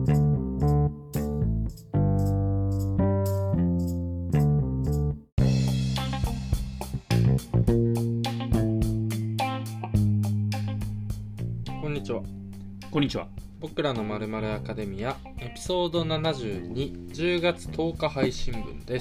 こんにちは。 こんにちは。 僕らの〇〇アカデミアエピソード72、10月10日配信分です。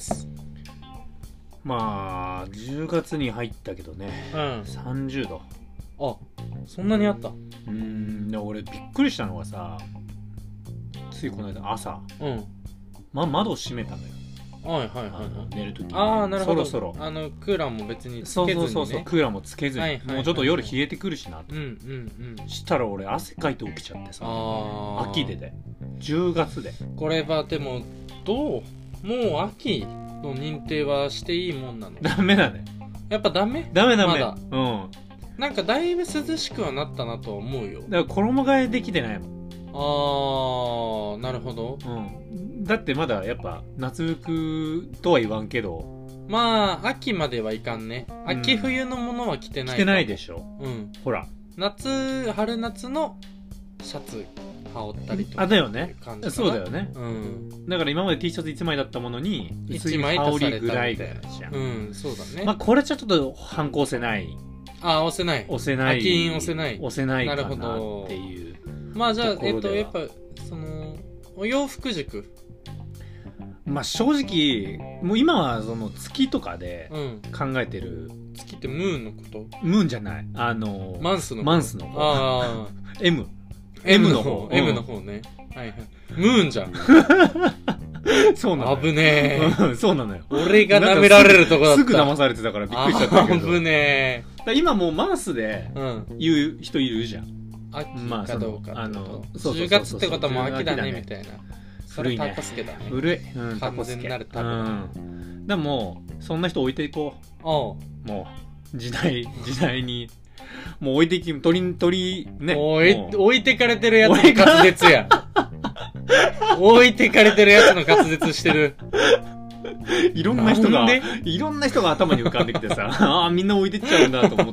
まあ10月に入ったけどね、30度。 あ、そんなにあった。 で俺びっくりしたのがさ、ついこの間朝、窓を閉めたのよ。寝るときに。 なるほど。 そろそろクーラーも別につけずにね。そうクーラーもつけずに、もうちょっと夜冷えてくるしなと。したら俺汗かいて起きちゃってさ、秋で10月で。これはでももう秋の認定はしていいもんなの？ ダメだね。 やっぱダメ。 まだなんかだいぶ涼しくはなったなとは思うよ。 だから衣替えできてないもん。 なるほど。 だってまだやっぱ夏服とは言わんけど、 まあ秋まではいかんね。秋冬のものは着てない。 着てないでしょ。ほら春夏のシャツ羽織ったりとか。 だよね。そうだよね。だから今まで T シャツ1枚だったものに 1枚羽織りぐらいじゃん。 そうだね。 まあこれじゃちょっと反抗せない。 押せない。秋印押せない。 押せないかなっていう。 まあじゃあやっぱそのお洋服軸。 まあ正直もう今はその月とかで考えてる。 月ってムーンのこと？ ムーンじゃない。マンスの方。M の方ね。はいはい。ムーンじゃん。 そうなの。 危ねえ。 そうなのよ。 俺が舐められるとこだった。 すぐ騙されてたからびっくりしちゃったけど。 危ねえ。今もうマンスで言う人いるじゃん。 秋かどうか10月ってことはもう秋だねみたいな。 古いね。古い。 完全なるタブ。 でもそんな人置いていこう。もう時代にもう置いていき鳥ね。 置いてかれてるやつの滑舌や。置いてかれてるやつの滑舌してる。 いろんな人が頭に浮かんできてさ、みんな置いてっちゃうんだと思って。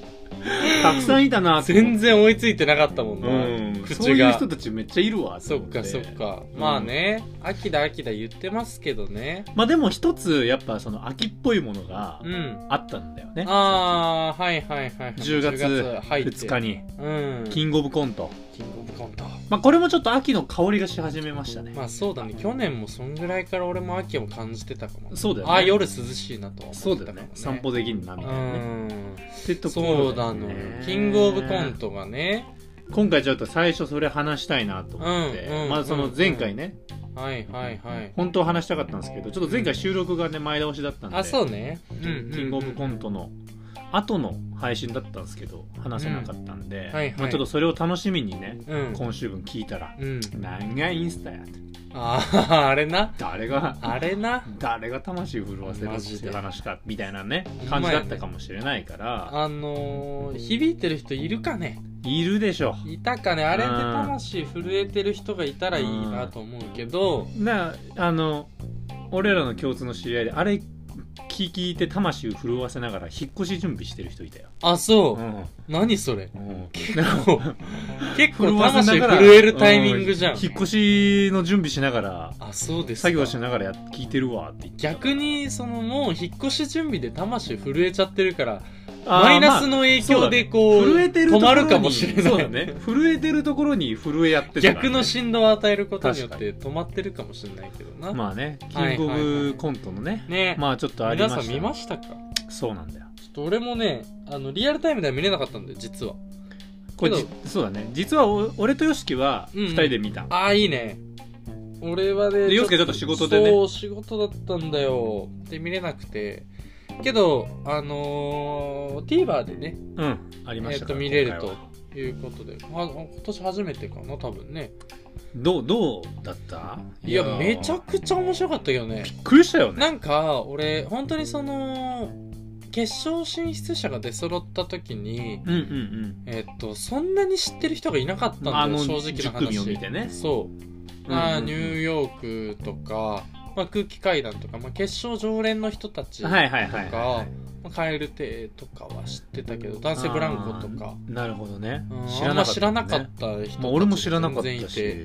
たくさんいたな。 全然追いついてなかったもんな。口が。 そういう人たちめっちゃいるわ。 そっか。まあね、秋だ言ってますけどね。 まあでも一つやっぱその秋っぽいものがあったんだよね。 はい。 10月2日にキングオブコント。まあこれもちょっと秋の香りがし始めましたね。 まあそうだね。去年もそんぐらいから俺も秋を感じてたかも。 そうだよね。 夜涼しいなとは思ってたかもね。 そうだよね。散歩できんなみたいなね。 そうだの。キングオブコントがね。 今回ちょっと最初それ話したいなと思って。まずその前回ね。本当は話したかったんですけど、ちょっと前回収録がね前倒しだったんで。 そうね。 キングオブコントの後の配信だったんですけど話せなかったんで、ちょっとそれを楽しみにね、今週分聞いたら、何がインスタやって。 あれな。 誰が魂震わせるって話かみたいなね感じだったかもしれないから、 響いてる人いるかね。 いるでしょ。 いたかね。あれで魂震えてる人がいたらいいなと思うけど、 俺らの共通の知り合いであれ聞いて魂を震わせながら引っ越し準備してる人いたよ。 そう。何それ。結構魂震えるタイミングじゃん。 引っ越しの準備しながら、 そうですか。 作業しながら聞いてるわって言って。 逆にもう引っ越し準備で魂震えちゃってるから、マイナスの影響で止まるかもしれない。 そうだね。震えてるところに震えやってる。 逆の振動を与えることによって止まってるかもしれないけどな。 まあね、キングオブコントのね。まあちょっとありました。 皆さん見ましたか？ そうなんだよ。 ちょっと俺もね、リアルタイムでは見れなかったんだよ、実は。 そうだね。実は俺とヨシキは2人で見た。 いいね。俺はね、 ヨシキはちょっと仕事でね。 そう、仕事だったんだよ。で、見れなくて。けど、TVer でね、 ありました見れるということで、今年初めてかな、多分ね。 どうだった？ いや、めちゃくちゃ面白かったけどね。 びっくりしたよね。 なんか、俺、本当に決勝進出者が出揃った時に、そんなに知ってる人がいなかったんだよ、正直な話。 10組を見てね。 そう。ニューヨークとか、空気階段とか、決勝常連の人たちとか、蛙亭とかは知ってたけど、男性ブランコとか。 なるほどね。 知らなかった人たち俺も知らなかったし。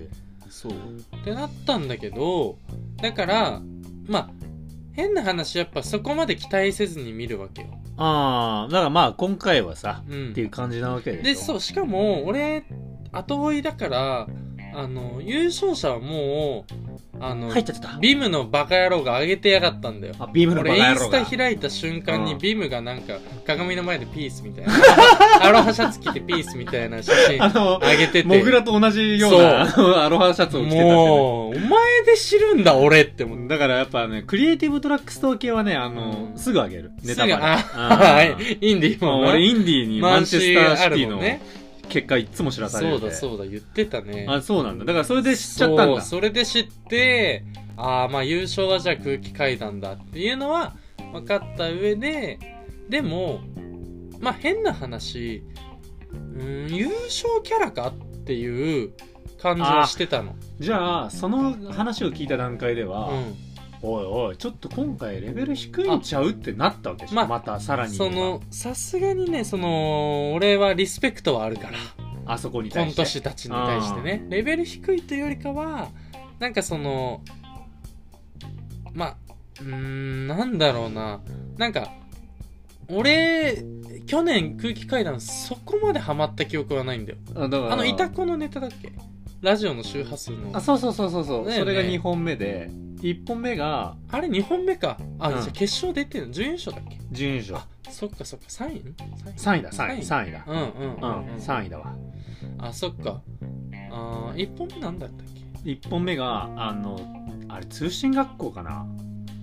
そうってなったんだけど、だからまあ変な話やっぱそこまで期待せずに見るわけよ。 ああ、だからまあ今回はさ、っていう感じなわけでしょ。 で、そう、しかも俺後追いだから優勝者はもう入っちゃってた。 ビムのバカ野郎が上げてやがったんだよ。 ビムのバカ野郎が。 俺インスタ開いた瞬間にビムがなんか鏡の前でピースみたいなアロハシャツ着てピースみたいな写真上げてて、 モグラと同じようなアロハシャツを着てたって、ね、 もうお前で知るんだ俺って思う。 だからやっぱね、クリエイティブトラックストー系はね、すぐ上げるネタバレ。インディーも俺インディーにマンチェスターシティの結果いつも知らされて。 そうだ言ってたね。 そうなんだ。だからそれで知っちゃったんだ。 それで知って、まあ優勝はじゃあ空気階段だっていうのは分かった上で、でもまあ変な話、優勝キャラかっていう感じはしてたの。 じゃあその話を聞いた段階では、おいおいちょっと今回レベル低いんちゃうってなったわけでしょ。またさらにさすがにね、俺はリスペクトはあるから、 あそこに対して、 コント師たちに対してね、レベル低いというよりかはなんかまあなんだろうな、なんか俺去年空気階段そこまでハマった記憶はないんだよ。イタコのネタだっけ、ラジオの周波数の。 そう、ね、それが2本目で、1本目があれ2本目か。じゃあ決勝出てるの準優勝だっけ。 準優勝。 そっか3位だ。3位だ。3位だわ。 そっか。1本目なんだったっけ。 1本目があれ通信学校かな。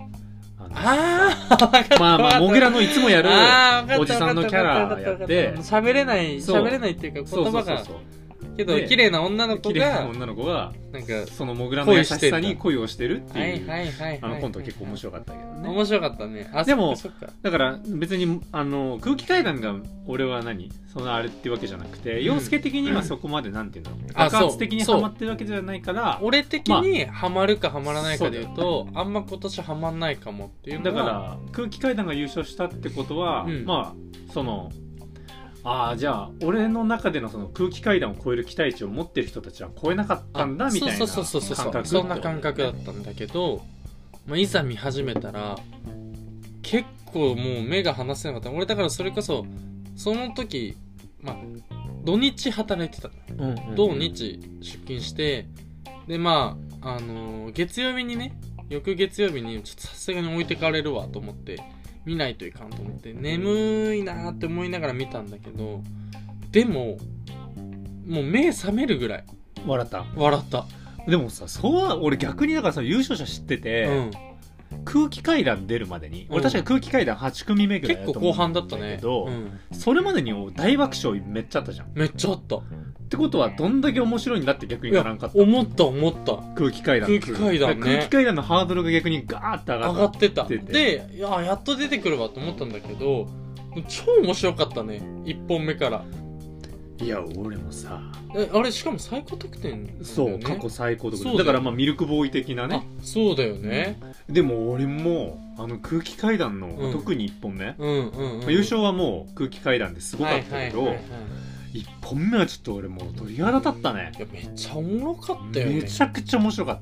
まあモグラのいつもやるおじさんのキャラやって、 喋れないっていうか言葉がけど綺麗な女の子がなんかそのモグラの優しさに恋をしてるっていうコント結構面白かったけどね。 面白かったね。 でもだから別に空気階段が俺はそのあれっていうわけじゃなくて、陽介的にはそこまでなんていうの爆発的にハマってるわけじゃないから、 俺的にハマるかハマらないかでいうとあんま今年ハマんないかもっていうのは、 だから空気階段が優勝したってことはまあじゃあ俺の中でのその空気階段を超える期待値を持ってる人たちは超えなかったんだみたいな感覚。 そんな感覚だったんだけど、いざ見始めたら結構もう目が離せなかった。俺だからそれこそその時土日働いてたの、土日出勤して、で月曜日にね、翌月曜日にちょっとさすがに置いてかれるわと思って見ないといかんと思って眠いなーって思いながら見たんだけど、でももう目覚めるぐらい笑った。 でもさ、俺逆にだからさ、優勝者知ってて、空気階段出るまでに、俺確か空気階段8組目ぐらいだと思うんだけど、結構後半だったね、それまでに大爆笑めっちゃあったじゃん。 めっちゃあった。 ってことはどんだけ面白いんだって逆にならんかった。 思った空気階段ね。 空気階段のハードルが逆にガーって上がってた。でやっと出てくるわと思ったんだけど、超面白かったね、1本目から。 いや俺もさ、 あれしかも最高得点、ね、 そう過去最高得点だからミルクボーイ的なね。 そうだよね、 でも俺も空気階段の、特に1本目、優勝はもう空気階段ですごかったけど、1本目はちょっと俺もう鳥肌立ったね。 いやめっちゃおもろかったよね。 めちゃくちゃ面白かった。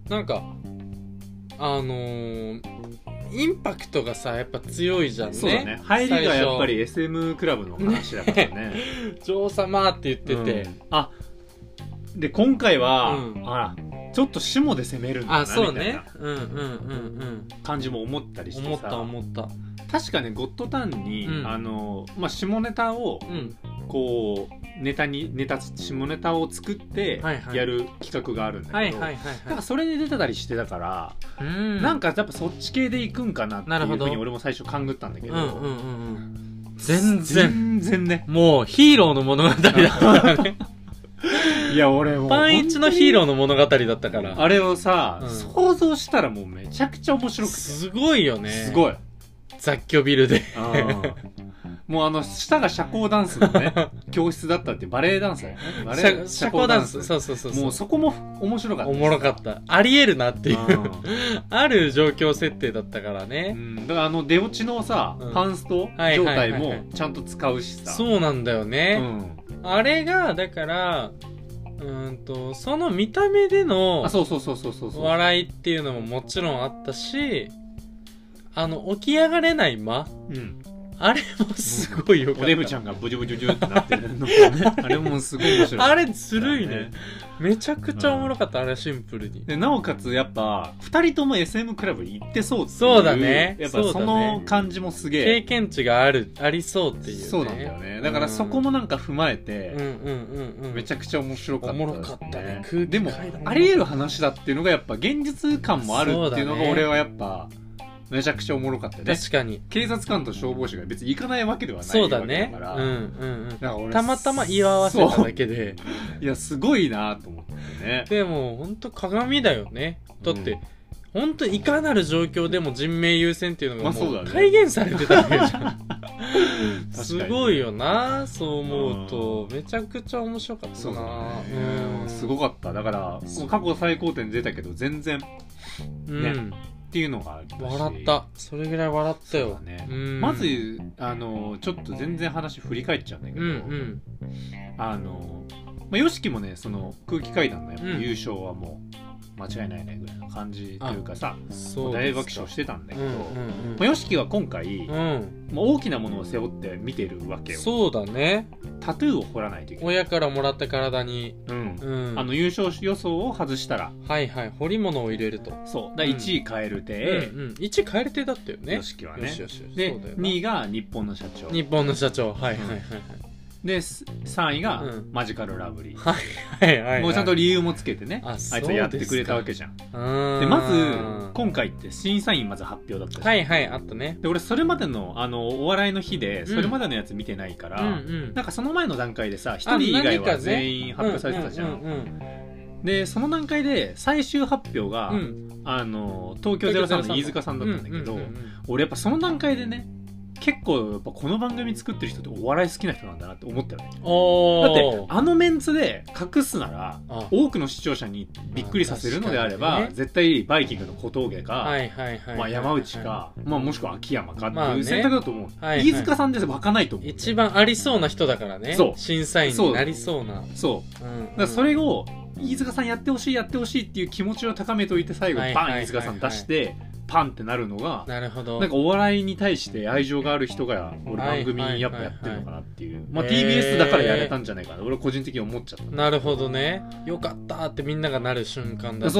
なんかインパクトがさやっぱ強いじゃんね。 そうだね、入りがやっぱり SM クラブの話だからね女王様って言ってて、 で今回は、ちょっと下で攻めるんだなみたいな感じも思ったりしてさ。 思った確かね、ゴッドタンに、下ネタを、こう下ネタを作ってやる企画があるんだけど、なんかそれで出てたりしてたから、なんかやっぱそっち系でいくんかなっていうふうに俺も最初勘ぐったんだけど、 全然ね、もうヒーローの物語だったからねいや俺もパンイチのヒーローの物語だったから、 あれをさ、想像したらもうめちゃくちゃ面白くて、 すごいよね。 すごい雑居ビルでもう下が社交ダンスのね教室だったっていうバレエダンスだよね。 社交ダンス、そうもうそこも面白かった。 おもろかった。ありえるなっていうある状況設定だったからね。 だから出落ちのさ、パンスト状態もちゃんと使うしさ。 そうなんだよね、あれがだからその見た目でのそう笑いっていうのももちろんあったし、起き上がれない間、あれもすごいよかった。 おデブちゃんがブジュブジュブジュってなってるのね。あれもすごい面白い。 あれずるいね。めちゃくちゃおもろかった、あれシンプルに。 で、なおかつやっぱ、2人とも SM クラブ行ってそうっていう。 そうだね。 やっぱその感じもすげえ。 経験値がありそうっていう、ね。 そうなんだよね。だからそこもなんか踏まえて、めちゃくちゃ面白かった、 おもろかったね。 でも、あり得る話だっていうのがやっぱ現実感もあるっていうのが俺はやっぱ、めちゃくちゃおもろかったよね。 確かに。 警察官と消防士が別に行かないわけではないわけだから。 そうだね。たまたま居合わせただけで。 いや、すごいなと思ってね。 でも、ほんと鏡だよね。だって、ほんといかなる状況でも人命優先っていうのがもう体現されてたわけじゃん。すごいよな、そう思うと。めちゃくちゃ面白かったな。 すごかった。だから、過去最高点出たけど、全然、ね。っていうのがあるし笑った。それぐらい笑ったよ。 ね、まずちょっと全然話振り返っちゃうんだけど、YOSHIKIもね、その空気階段のやっぱ優勝はもう間違いないねぐらいの感じというかさ、大爆笑してたんだけど、YOSHIKIは今回、大きなものを背負って見てるわけよ。 そうだね。 タトゥーを彫らないといけない。 親からもらった体に、 優勝予想を外したら、 彫り物を入れると。 そう。だ1位蛙亭、 1位蛙亭だったよね。 YOSHIKIはね。で、2位が日本の社長。 日本の社長。 で、3位がマジカルラブリー。もうちゃんと理由もつけてね、あいつはやってくれたわけじゃん。で、まず、今回って審査員まず発表だったじゃん。あったね。 で、俺それまでの、お笑いの日で、それまでのやつ見てないから、なんかその前の段階でさ、1人以外は全員発表されてたじゃん。で、その段階で最終発表が、東京03の飯塚さんだったんだけど、俺やっぱその段階でね、結構やっぱこの番組作ってる人ってお笑い好きな人なんだなって思ったよね。だってあのメンツで隠すなら多くの視聴者にびっくりさせるのであれば絶対バイキングの小峠か山内かもしくは秋山かっていう選択だと思う。飯塚さんで湧かないと思う。 一番ありそうな人だからね。審査員になりそうな。 そうだからそれを飯塚さんやってほしいっていう気持ちを高めといて最後バン飯塚さん出してパンってなるのが、 なるほど。 なんかお笑いに対して愛情がある人が俺番組やっぱやってるのかなっていう。TBS だからやれたんじゃないかな。俺個人的に思っちゃった。 なるほどね。よかったってみんながなる瞬間だった。 そう。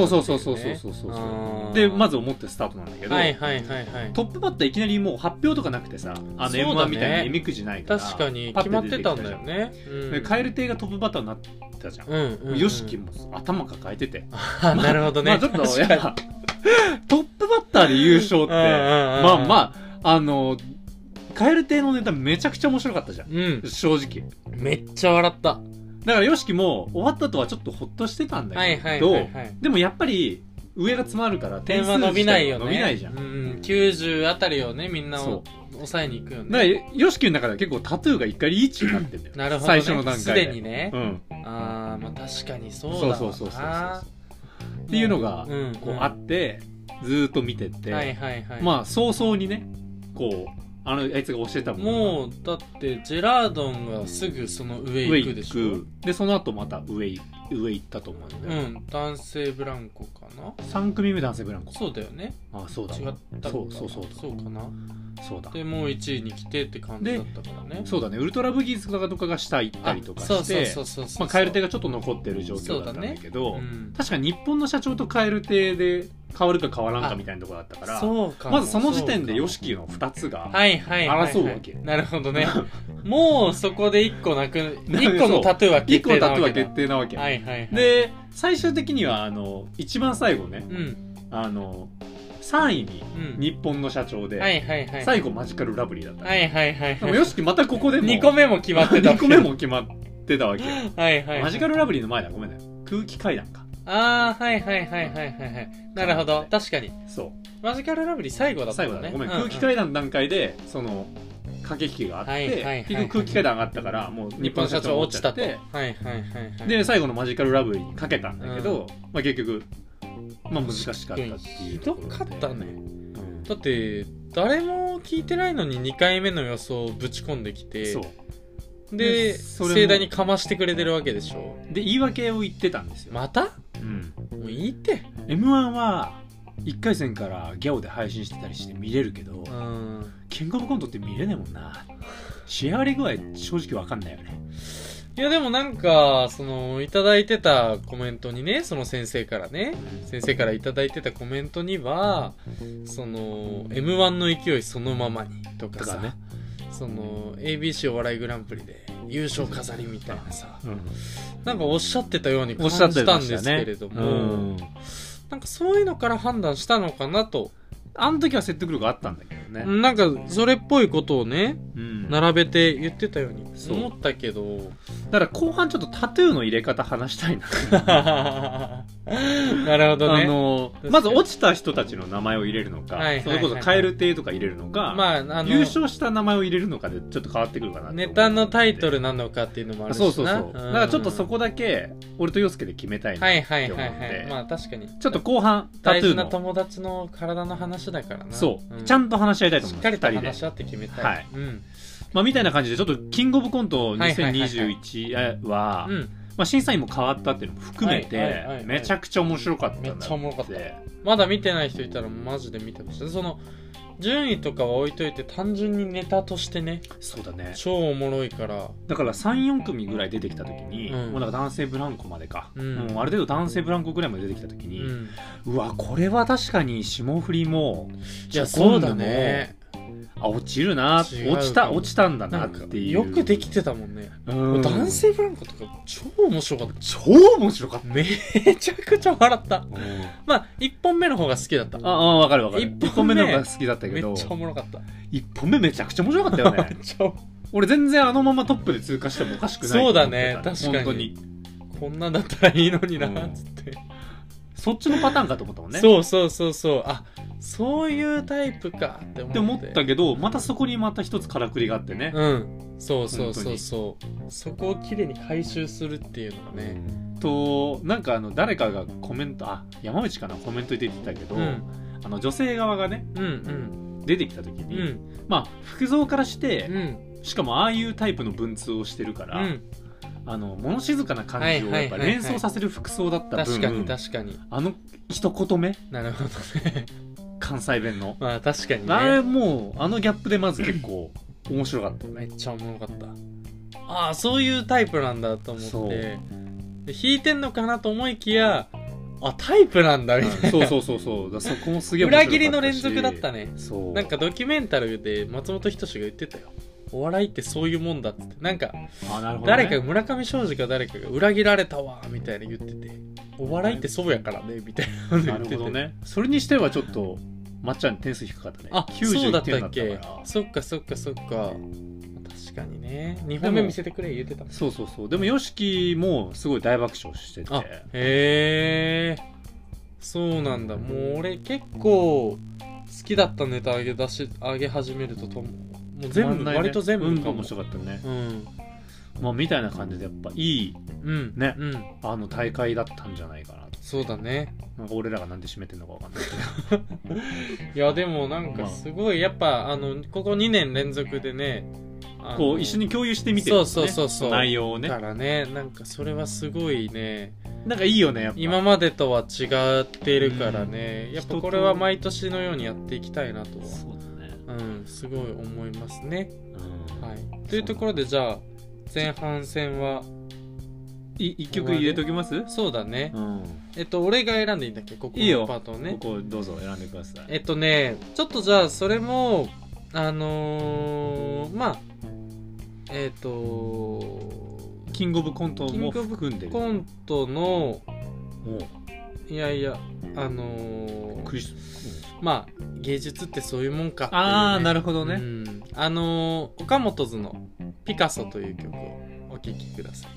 で、まず思ってスタートなんだけど、トップバッターいきなりもう発表とかなくてさ、M1 みたいなえみくじないから。 確かに決まってたんだよね。 蛙亭がトップバッターになったじゃん。YOSHIKIも頭抱えてて。 なるほどね。 ちょっとやっぱトップバッターで優勝って蛙亭のネタめちゃくちゃ面白かったじゃん、正直めっちゃ笑った。 だから YOSHIKIも終わった後はちょっとホッとしてたんだけど、でもやっぱり上が詰まるから点は伸びないよね。 伸びないじゃん、 90あたりをねみんなを抑えに行くよね。 だから YOSHIKI の中では結構タトゥーが一回リーチになってんだよなるほど、 最初の段階ですでにね。 まあ確かにそうだわ。 っていうのがこうあってずーっと見てて、まあ早々にねこうあいつが教えたもん。 もうだってジェラードンがすぐその上行くでしょ。 でその後また上行ったと思うんだよ。 男性ブランコかな。 3組目男性ブランコ。 そうだよね。 そうだ。 違ったそうかな。 そうだ。 でもう1位に来てって感じだったからね。 そうだね。ウルトラブギーズとかが下行ったりとかして、まあ蛙亭がちょっと残ってる状況だったんだけど、確か日本の社長と蛙亭で変わるか変わらんかみたいなところだったから、まずその時点で YOSHIKI の2つが争うわけ。 なるほどね。もうそこで1個1個のタトゥーは決定なわけだ。1個のタトゥーは決定なわけ。で最終的には一番最後ね、3位に日本の社長で、最後マジカルラブリーだった。でも YOSHIKI またここでも 2個目も決まってた。 2個目も決まってたわけ。マジカルラブリーの前だ。ごめんね。空気階段か。 なるほど。確かに。 そう。 マジカルラブリー最後だったね。 ごめん。空気階段の段階で、その、駆け引きがあって、結局空気階段上がったから、もう日本の社長落ちたと。で、最後のマジカルラブリーにかけたんだけど、まあ結局、まあ難しかったっていう。 ひどかったね。だって、誰も聞いてないのに2回目の予想をぶち込んできて、で、盛大にかましてくれてるわけでしょ。 で言い訳を言ってたんですよ。 また？ うん。 もういいって。 M1 は1回戦からギャオで配信してたりして見れるけど、キングオブコントって見れねえもんな。仕上がり具合正直わかんないよね。 いやでもなんかいただいてたコメントにね、その先生からいただいてたコメントにはM1 の勢いそのままにとかさ、ね、ABC お笑いグランプリで優勝飾りみたいなさ、なんかおっしゃってたように感じたんですけれども、なんかそういうのから判断したのかなと。 あの時は説得力あったんだけどね。 なんかそれっぽいことをね、並べて言ってたように思ったけど、 だから後半ちょっとタトゥーの入れ方話したいな。なるほどね。 まず落ちた人たちの名前を入れるのか、それこそ蛙亭とか入れるのか、優勝した名前を入れるのかでちょっと変わってくるかな。 ネタのタイトルなのかっていうのもあるしな。 そう。だからちょっとそこだけ俺と陽介で決めたいなって思って。 まあ確かに。 ちょっと後半タトゥーの大事な友達の体の話だからな。 そう。ちゃんと話し合いたいと思う。 しっかりと話し合って決めたい。はい。 まあみたいな感じでちょっとキングオブコント2021は審査員も変わったっていうのも含めてめちゃくちゃ面白かったんだって。 めっちゃおもろかった。まだ見てない人いたらマジで見てほしい。順位とかは置いといて単純にネタとしてね。 そうだね。 超おもろいから。 だから3、4組ぐらい出てきた時に、もうなんか男性ブランコまでか。もうある程度男性ブランコぐらいまで出てきた時に、うわ、これは確かに霜降りも、 いや、そうだね。 落ちるな、落ちたんだなっていう。 よくできてたもんね。男性ブランコとか超面白かった。 超面白かった。 めちゃくちゃ笑った。まあ1本目の方が好きだった。 わかる。1本目の方が好きだったけど、 めっちゃおもろかった。 1本目めちゃくちゃ面白かったよね。俺全然あのままトップで通過してもおかしくない。 そうだね、確かに。こんなんだったらいいのになっつって。 そっちのパターンかと思ったもんね。 そう。あ、そういうタイプかって思ったけど、またそこにまた一つからくりがあってね。 そう。そこをきれいに回収するっていうのがね。 なんか誰かがコメント、山内かな、コメントで言ってたけど、女性側がね、出てきた時に、まあ、服装からして、しかもああいうタイプの文通をしてるから、物静かな感じをやっぱ連想させる服装だった分、 確かに一言目、 なるほどね、 関西弁の、 まあ確かにね、 あれもうギャップでまず結構面白かった。 めっちゃおもろかった。そういうタイプなんだと思って、引いてんのかなと思いきや、タイプなんだみたいな。 そうそこもすげえ面白かったし、 裏切りの連続だったね。なんかドキュメンタルで松本人志が言ってたよ。お笑いってそういうもんだっつって、なんか誰か村上庄司か誰かが裏切られたわみたいな言ってて、お笑いってそうやからねみたいな。 なるほどね。それにしてはちょっとまっちゃん点数低かったね。 そうだったっけ。そっか。確かにね。2本目見せてくれ言ってたもん。 そう。でも YOSHIKI もすごい大爆笑してて。 へえ。そうなんだ。もう俺結構好きだったネタ上げ始めるともう全部、割と全部面白かったね。まあみたいな感じでやっぱいいね、大会だったんじゃないかなと。 そうだね。 なんか俺らがなんで締めてんのかわかんないけど。 いやでもなんかすごいやっぱここ2年連続でね、 こう一緒に共有してみてるね。 そう内容をね。 だからね、なんかそれはすごいね。 なんかいいよね、やっぱ。 今までとは違ってるからね。やっぱこれは毎年のようにやっていきたいなとは。 そうだね。 すごい思いますね。はい。というところでじゃあ前半戦は 1曲入れときます？ そうだね。俺が選んでいいんだっけ、ここのパートをね。 ここどうぞ選んでください。 ちょっとじゃあそれもまあキングオブコントも含んでる。 コントのまあ芸術ってそういうもんかっていう、ね、 なるほどね。 岡本図のピカソという曲をお聴きください。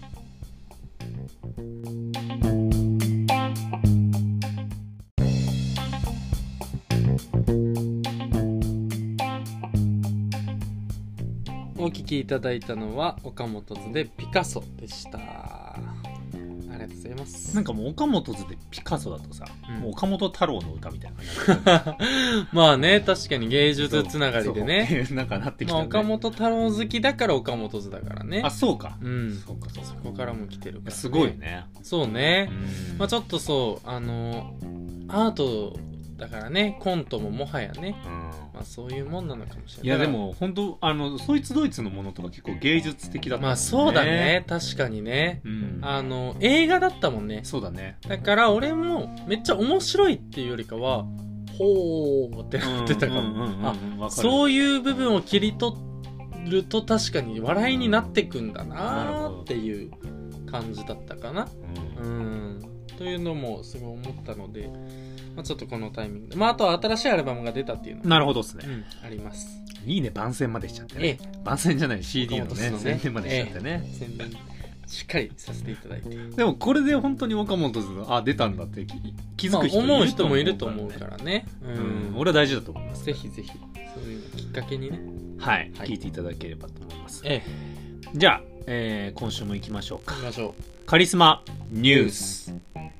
お聴きいただいたのは岡本図でピカソでした。ありがとうございます。 なんかもう岡本図でピカソだとさ、もう岡本太郎の歌みたいなまあね、確かに芸術つながりでね。 なんかなってきた、 ね。まあ岡本太郎好きだから岡本図だからね。 あ、そうか。 そうか。そこからも来てるから、ね。 すごいね。 そうね。まあちょっとそう、アートだからね、コントももはやね、まあそういうもんなのかもしれない。 いやでも本当そいつドイツのものとか結構芸術的だったもんね。 まあそうだね、確かにね、映画だったもんね。 そうだね。 だから俺もめっちゃ面白いっていうよりかは、ほーってなってたかも。そういう部分を切り取ると確かに笑いになってくんだなーっていう感じだったかな。というのもすごい思ったので、まあ、ちょっとこのタイミングで、まあ、あとは新しいアルバムが出たっていうのなるほどですね、 あります。 いいね、番宣までしちゃってね。番宣じゃない CD のね宣伝までしちゃってね、 宣伝しっかりさせていただいて。 でもこれで本当に岡本図出たんだって気づく人思う人もいると思うからね。 俺は大事だと思います。 ぜひぜひそういうのきっかけにね、 はい、聞いていただければと思います。じゃあ、今週も行きましょうか。 行きましょう。 カリスマニュース。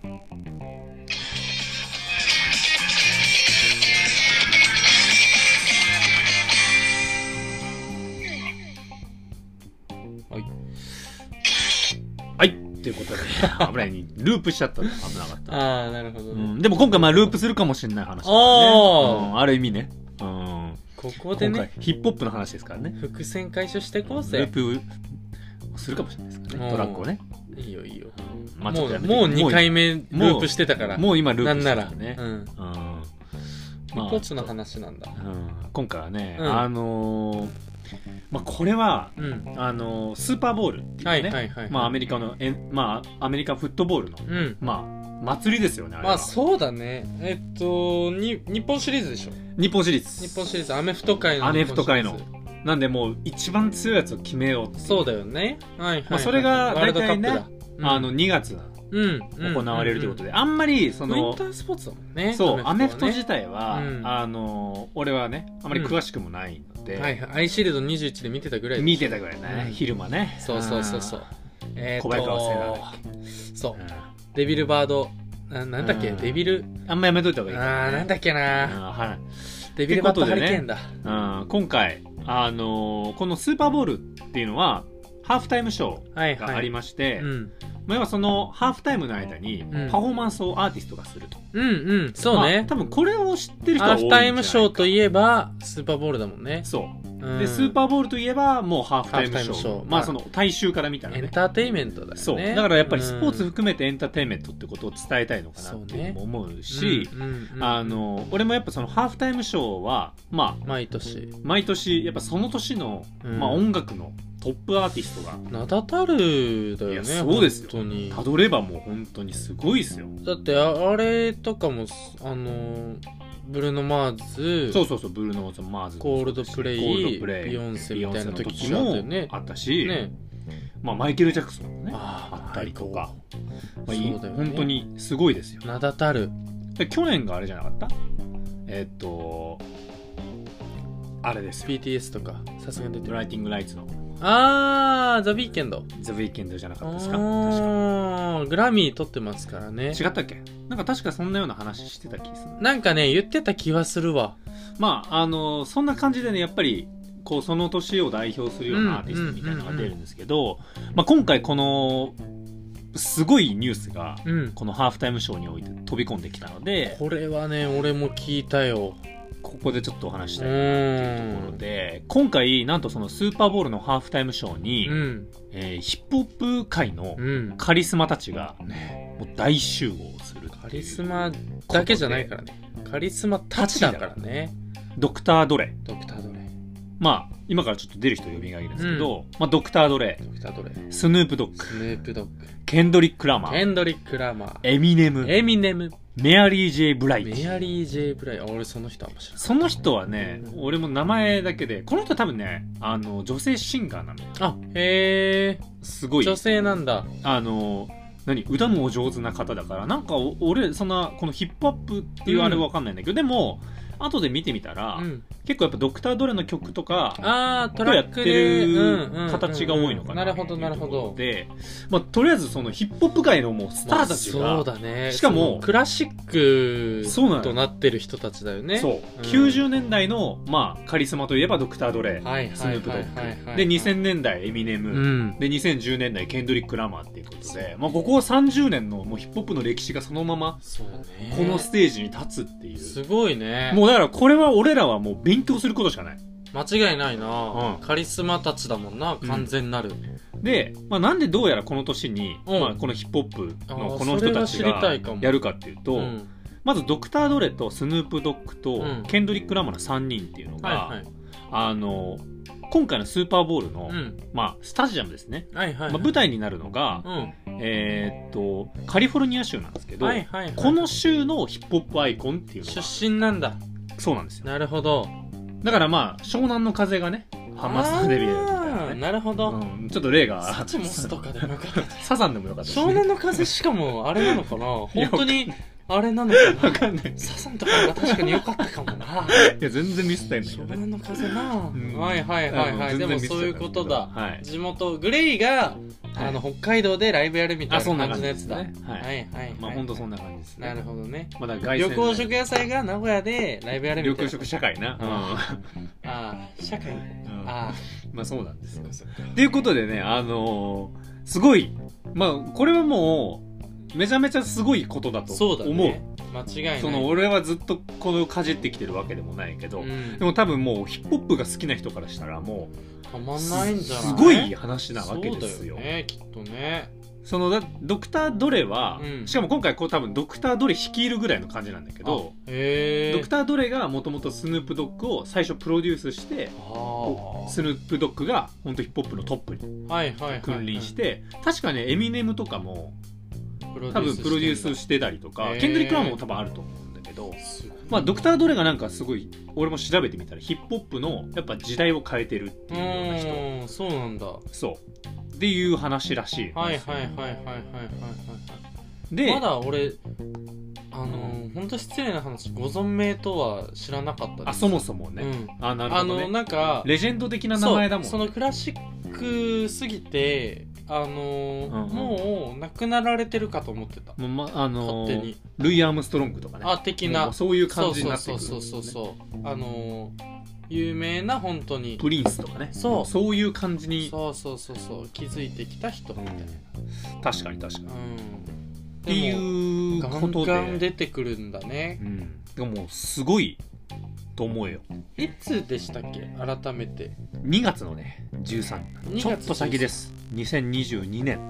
はい。ということで、危ないにループしちゃったの。危なかった。 ああ、なるほど、 でも今回ループするかもしれない話だからね。ある意味ね。 ここでね。 今回ヒップホップの話ですからね。 伏線回収していこうぜ。 ループするかもしれないですからね。トラックをね。 いいよいいよ。 もう 2回目ループしてたから。 もう今ループしてたね。 ヒップホップの話なんだ。 今回はね、これは、スーパーボールっていうね、アメリカのアメリカンフットボールの、祭りですよね、あれは。 そうだね。日本シリーズでしょ。 日本シリーズ。 日本シリーズ、アメフト界の。 アメフト界の。なんでもう一番強いやつを決めようって。 そうだよね。 それが大体ね、2月行われるということで、あんまりウィンタースポーツだもんね。 そう、アメフト自体は、俺はね、あまり詳しくもないので、 アイシールド21で見てたぐらい。 見てたぐらいね、昼間ね。 そう小早川聖奈だっけ。そう。デビルバード、なんだっけ、デビル。 あんまやめといた方がいい。 なんだっけな。デビルバッドハリケーンだ。 今回、このスーパーボールっていうのは、ハーフタイムショーがありまして、要はそのハーフタイムの間にパフォーマンスをアーティストがすると。 そうね。 多分これを知ってる人は多いんじゃないか。 ハーフタイムショーといえばスーパーボールだもんね。 そう。で、スーパーボールといえばもうハーフタイムショー。その大衆から見たらね。 エンターテインメントだよね。 そう。だからやっぱりスポーツ含めてエンターテインメントってことを伝えたいのかなって思うし、俺もやっぱそのハーフタイムショーは、 毎年、やっぱその年の、音楽のトップアーティストが名だたるだよね。 そうですよ。たどればもう本当にすごいですよ。 だってあれとかもブルーノ・マーズ、 そうブルーノ・マーズ、 コールドプレイ、ビヨンセみたいな時もあったし、マイケル・ジャクソンもねあったりとか、本当にすごいですよ。 名だたる。 去年があれじゃなかった？あれですよ。 BTS とかさすがに出てる。 ブライティング・ライツのザ・ウィーケンド。 ザ・ウィーケンドじゃなかったですか？ 確かグラミー取ってますからね。 違ったっけ？なんか確かそんなような話してた気する。 なんかね言ってた気はするわ。 そんな感じでね、やっぱりこうその年を代表するようなアーティストみたいなのが出るんですけど、今回このすごいニュースがこのハーフタイムショーにおいて飛び込んできたので、 これはね俺も聞いたよ。 ここでちょっとお話したいなっていうところで、今回なんとそのスーパーボールのハーフタイムショーに、ヒップホップ界のカリスマたちがもう大集合する。 カリスマだけじゃないからね、カリスマたちだからね。 ドクター・ドレ、今からちょっと出る人呼びがいるんですけど、ドクター・ドレ、スヌープ・ドッグ、ケンドリック・ラマー、エミネム、メアリー・ジェイ・ブライト。 俺その人は面白い。 その人はね、俺も名前だけで、この人は多分ね、女性シンガーなんだよ。 へー、 すごい女性なんだ。 歌もお上手な方だから、なんか俺そんなこのヒップホップっていうあれわかんないんだけど、でも後で見てみたら、結構やっぱドクター・ドレの曲とかトラックでやってる形が多いのかな。 なるほどなるほど。 で、まあとりあえずそのヒップホップ界のもうスターたちが、 そうだね。 しかもクラシックとなってる人たちだよね。 そう。90年代のまあカリスマといえばドクター・ドレ、スヌープ・ドッグで2000年代エミネム、で2010年代ケンドリック・ラマーっていうことで、まあここ30年のもうヒップホップの歴史がそのままこのステージに立つっていう。 すごいね。 もうだからこれは俺らはもう勉強することしかない。 間違いないな、カリスマたちだもんな、完全なる。 で、まあなんでどうやらこの年に、まあこのヒップホップのこの人たちがやるかっていうと、まずドクター・ドレとスヌープ・ドッグとケンドリック・ラマーの3人っていうのが、今回のスーパーボウルの、まあスタジアムですね。舞台になるのが、カリフォルニア州なんですけど、この州のヒップホップアイコンっていうのが出身なんだ。 そうなんですよ。 なるほど。 だからまあ湘南の風がね、ハマスタデビューみたいなね。 なるほど。 ちょっと例がサチモスとかでもよかった。 サザンでもよかった。 湘南の風しかもあれなのかな。本当にあれなのかな。 わかんない。 サザンとかが確かに良かったかもな。 いや全然ミスったんだけどね。 湘南の風な。はいはいはいはい。でもそういうことだ。地元グレイが北海道でライブやるみたいな感じのやつだ。はいはいはい。 まあ本当そんな感じですね。 なるほどね。 旅行食野菜が名古屋でライブやるみたいな。 旅行食社会な。 社会。 まあそうなんですよ。ということでね、すごい、まあこれはもうめちゃめちゃすごいことだと思う。 そうだね。間違いない。 その俺はずっとこのかじってきてるわけでもないけど、でも多分もうヒップホップが好きな人からしたらもうたまんないんじゃない？ すごい話なわけですよ。 そうだよね、きっとね。 そのドクター・ドレは、しかも今回こう多分ドクター・ドレ率いるぐらいの感じなんだけど、ドクター・ドレがもともとスヌープ・ドッグを最初プロデュースして、スヌープ・ドッグが本当ヒップホップのトップに君臨して、確かねエミネムとかも多分プロデュースしてたりとか、ケンドリック・ラマーも多分あると思うんだけど、まあドクター・ドレがなんかすごい俺も調べてみたらヒップホップのやっぱ時代を変えてるっていうような人。 そうなんだ。 そうっていう話らしい。 はいはいはいはいはいはいはい。でまだ俺本当失礼な話、ご存命とは知らなかったです。 そもそもね。なるほどね。 なんかレジェンド的な名前だもん。 そのクラシックすぎてもう亡くなられてるかと思ってた。勝手にルイ・アームストロングとかね。 的なそういう感じになってくる。 そう有名な本当にプリンスとかね。そういう感じにそう気づいてきた人みたいな。 確かに確かに。っていうことでガンガン出てくるんだね。 でもすごいと思うよ。 いつでしたっけ、改めて。 2月のね13。ちょっと先です。2022年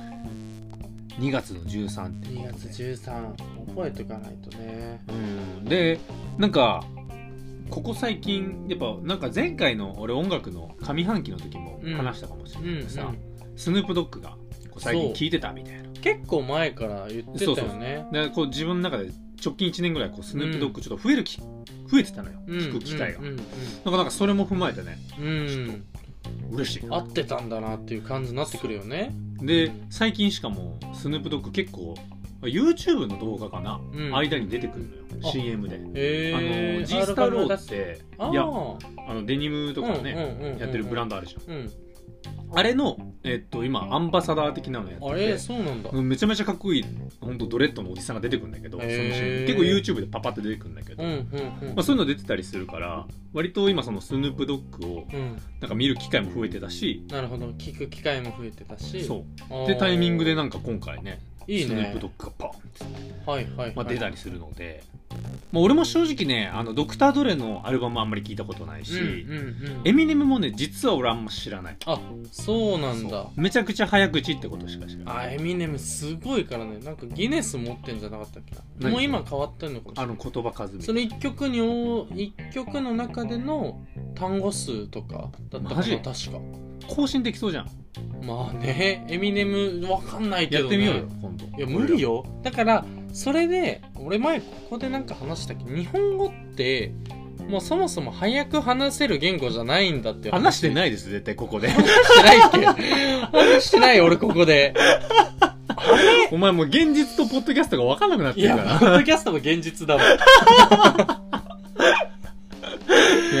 2月の13って。 2月13覚えておかないとね。 でなんかここ最近やっぱなんか前回の俺音楽の上半期の時も話したかもしれないけどさ、スヌープドッグが最近聴いてたみたいな。 結構前から言ってたよね。 でこう自分の中で直近1年ぐらいこうスヌープドッグちょっと増えてたのよ、聴く機会が。なんかそれも踏まえてね、ちょっと嬉しい。 合ってたんだなっていう感じになってくるよね。 で最近しかもスヌープドッグ結構YouTube の動画かな、間に出てくるのよ CM で。G スターローってデニムとかねやってるブランドあるじゃん。あれの今アンバサダー的なのやってて、 そうなんだ。 めちゃめちゃかっこいい本当ドレッドのおじさんが出てくるんだけど、その結構 YouTube でパパって出てくるんだけど、そういうの出てたりするから割と今そのスヌープドッグをなんか見る機会も増えてたし、 なるほど、聞く機会も増えてたし、 そうでタイミングでなんか今回ねスヌープドッグがパーンって出たりするので、俺も正直ねドクター・ドレのアルバムあんまり聞いたことないし、エミネムもね実は俺あんま知らない。 そうなんだ。 めちゃくちゃ早口ってことしか知らない。 エミネムすごいからね。なんかギネス持ってんじゃなかったっけな。もう今変わってんのかもしれない。 言葉数みたいな。 その一曲の中での単語数とかだったかな、確か。 更新できそうじゃん。 まあね、エミネムわかんないけどね。 やってみようよ今度。 いや無理よ。だからそれで俺前ここでなんか話したっけ、日本語ってもうそもそも早く話せる言語じゃないんだって話してないです絶対ここで。 話してないっけ。話してない俺ここで。 お前もう現実とポッドキャストが分かんなくなってるから。 いやポッドキャストも現実だわ。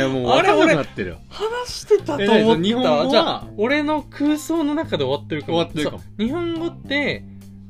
やもう分かんなくなってるよ。 話してたと思った。 日本語はじゃあ俺の空想の中で終わってるかも。 終わってるかも。 日本語って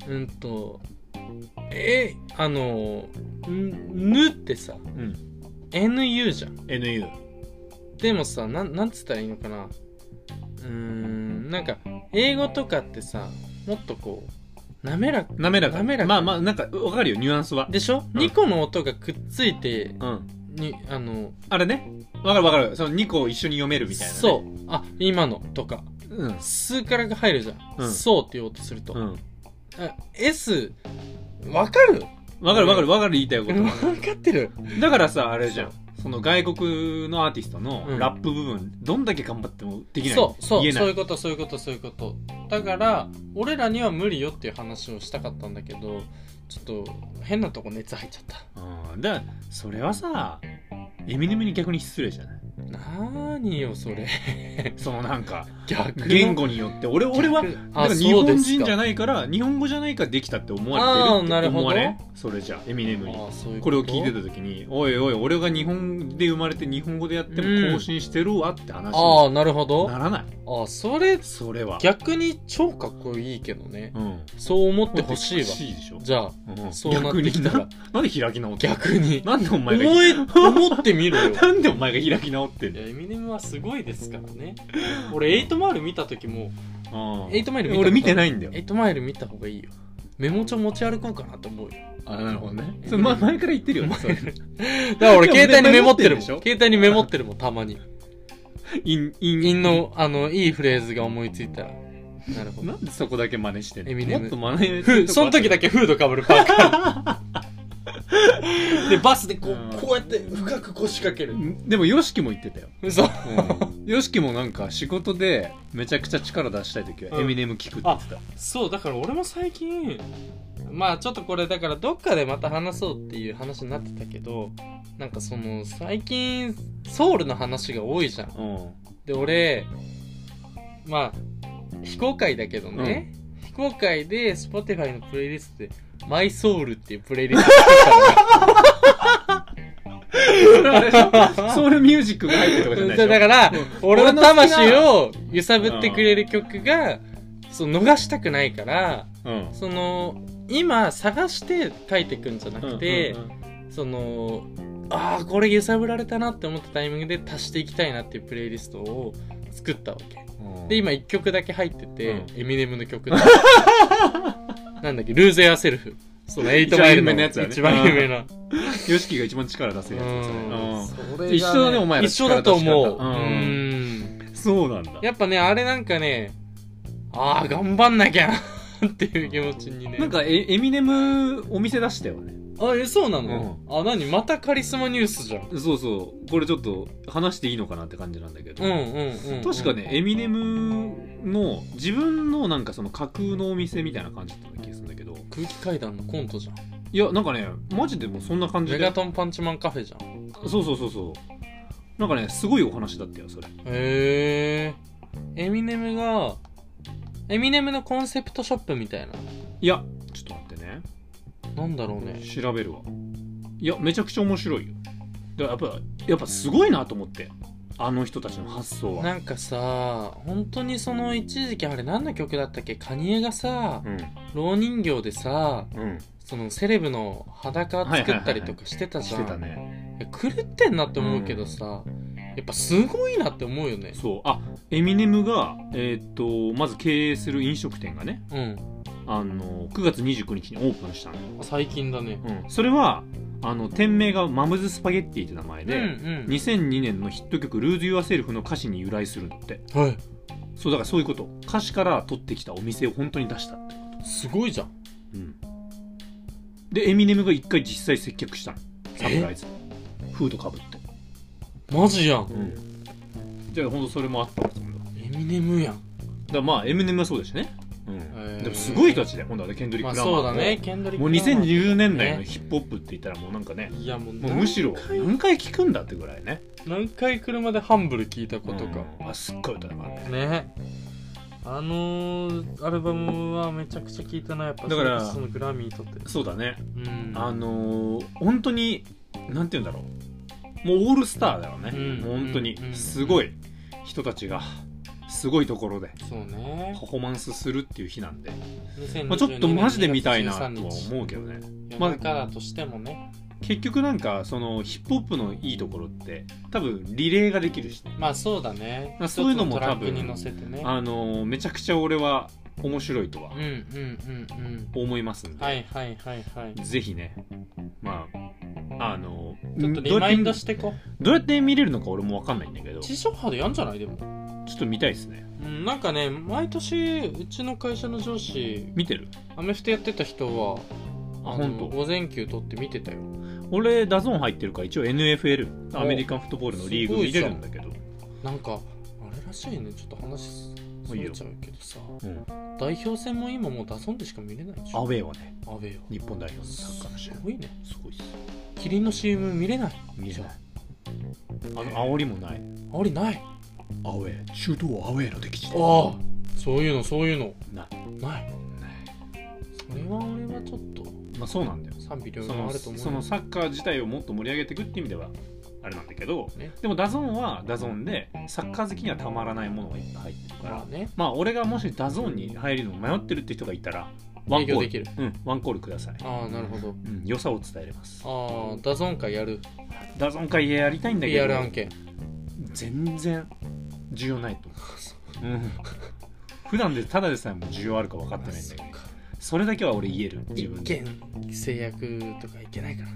ぬってさ、NU じゃん。 NU。 でもさ、なんつったらいいのかな。なんか英語とかってさ、もっとこう滑らか。 まあまあなんか分かるよ、ニュアンスは。 でしょ、2個の音がくっついて、 あれね、分かる。その2個一緒に読めるみたいな、ね。 そう。あ、今のとか。スからが入るじゃん。そうって言おうとすると。S、わかる言いたいこと。 わかってる。 だからさ、あれじゃん。その外国のアーティストのラップ部分、どんだけ頑張ってもできない。 そういうこと。だから、俺らには無理よっていう話をしたかったんだけど、ちょっと変なとこ熱入っちゃった。 だから、それはさ、エミネムに逆に失礼じゃない？ なーによそれそのなんか言語によって俺はだから日本人じゃないから日本語じゃないからできたって思われてるって思われ？それじゃエミネムにこれを聞いてた時におい俺が日本で生まれて日本語でやっても更新してるわって話にならない。 それは逆に超かっこいいけどね。そう思ってほしいわ。じゃあそうなってきたらなんで開き直って逆になんでお前が思ってみろよ。 なんでお前が開き直ってんの？ エミネムはすごいですからね。俺8マイル見た時も8マイル俺見てないんだよ。 8マイル見た方がいいよ。メモ帳持ち歩こうかなと思うよ。 なるほどね。それ前から言ってるよね。だから俺携帯にメモってるもん。携帯にメモってるもん、たまに。韻のいいフレーズが思いついたら。なるほど。 なんでそこだけ真似してんの？ エミネム。 もっと真似その時だけフードかぶるパーカー。でバスでこうやって深く腰掛ける。 でもヨシキも言ってたよ。 嘘。 ヨシキもなんか仕事でめちゃくちゃ力出したい時はエミネム聞くって言ってた。 そうだから俺も最近まあちょっとこれだからどっかでまた話そうっていう話になってたけど、なんかその最近ソウルの話が多いじゃん。で俺まあ非公開だけどね、非公開で Spotify のプレイリストでマイソウルっていうプレイリスト作ったの。ソウルミュージックが入ってるとかじゃないでしょ。 だから、俺の魂を揺さぶってくれる曲が、逃したくないから、今探して書いていくんじゃなくて、これ揺さぶられたなって思ったタイミングで足していきたいなっていうプレイリストを作ったわけ。で、今1曲だけ入ってて、エミネムの曲だ。なんだっけ、ルーゼアセルフ。その8マイルの一番有名な。 ヨシキが一番力出せるやつですね。 一緒だね、お前ら。一緒だと思う。 そうなんだ。 やっぱね、あれなんかね、頑張んなきゃっていう気持ちにね。 なんかエミネムお店出したよね。 そうなの？何またカリスマニュースじゃん。 そうそう。これちょっと話していいのかなって感じなんだけど。確かね、エミネムの自分のなんかその架空のお店みたいな感じだった気がするんだけど。 空気階段のコントじゃん。 いや、なんかね、マジでもうそんな感じで。 メガトンパンチマンカフェじゃん。 そう。なんかね、すごいお話だったよ、それ。 エミネムのコンセプトショップみたいな。 いや、ちょっと待ってね。 なんだろうね。 調べるわ。いや、めちゃくちゃ面白いよ。やっぱすごいなと思って。あの人たちの発想は。 なんかさ、本当にその一時期あれ何の曲だったっけ？カニエがさ、蝋人形でさ、そのセレブの裸作ったりとかしてたじゃん。 してたね。 狂ってんなって思うけどさ、やっぱすごいなって思うよね。 そう。エミネムがまず経営する飲食店がね、9月29日にオープンしたの。 最近だね。 それは店名がマムズスパゲッティって名前で、2002年のヒット曲ルーズ・ユア・セルフの歌詞に由来するんだって。そうだからそういうこと。歌詞から取ってきたお店を本当に出したってこと。 すごいじゃん。 でエミネムが一回実際接客したの。サプライズフードかぶって。 マジやん。 じゃあほんとそれもあったわ。 エミネムやん。だからまあエミネムはそうだしね。でもすごい人たちだよ。今度はケンドリック・ラマー。 そうだね、ケンドリック・もう2020年代のヒップホップって言ったらもうなんかね、 いやもうむしろ何回聞くんだってぐらいね。 何回車でハンブル聞いたことか。 すっごい歌だからね。 ね。アルバムはめちゃくちゃ聴いたな。やっぱだからそのグラミーとって。 そうだね。本当になんて言うんだろう。 もうオールスターだよね、もう本当にうんすごい人たちがすごいところでそうねパフォーマンスするっていう日なんで、 2022 まあ、ちょっとマジで見たいなとは年2月13日思うけどね。 夜中だとしてもね、 結局なんかそのヒップホップのいいところって多分リレーができるしね、 まあそうだね、 まあそういうのも一つトラック多分に乗せてね、 めちゃくちゃ俺は面白いとはうんうんうんうん、 思いますんで、 はいはいはいはい、 ぜひね、まあちょっとリマインドしてこどうやって見れるのか俺も分かんないんだけど、 地上波でやんじゃない？でもちょっと見たいですね。 うん、なんかね毎年うちの会社の上司見てる？ アメフトやってた人は本当？ 午前休取って見てたよ。 俺ダゾーン入ってるから一応 NFL アメリカンフットボールのリーグ見れるんだけど、 なんかあれらしいね、ちょっと話それちゃうけどさ、 うん、 代表戦も今もうダゾンでしか見れないでしょ。 アウェーはね、 アウェーよ、 日本代表のサッカーの試合すごいね、 すごいっす。 キリンの CM 見れない？ 見れない。煽りもない。 あれない。 アウェー、中東アウェーの敵地。 ああ、そういうのない。それは俺はちょっとまあそうなんだよ。 賛否両論あると思う。 そのサッカー自体をもっと盛り上げていくっていう意味ではあれなんだけど、 ね、 でもダゾーンはダゾーンでサッカー好きにはたまらないものがいっぱい入ってるから、まあ俺がもしダゾーンに入るのを迷ってるって人がいたらワンコール、ワンコールください。 ああなるほど、 良さを伝えれます。 ああダゾーン会やる。 ダゾーン会やりたいんだけど PR 案件全然需要ないと思う。普段でただでさえも需要あるか分かってないんだけど、それだけは俺言える。自分で 1件制約とかいけないから、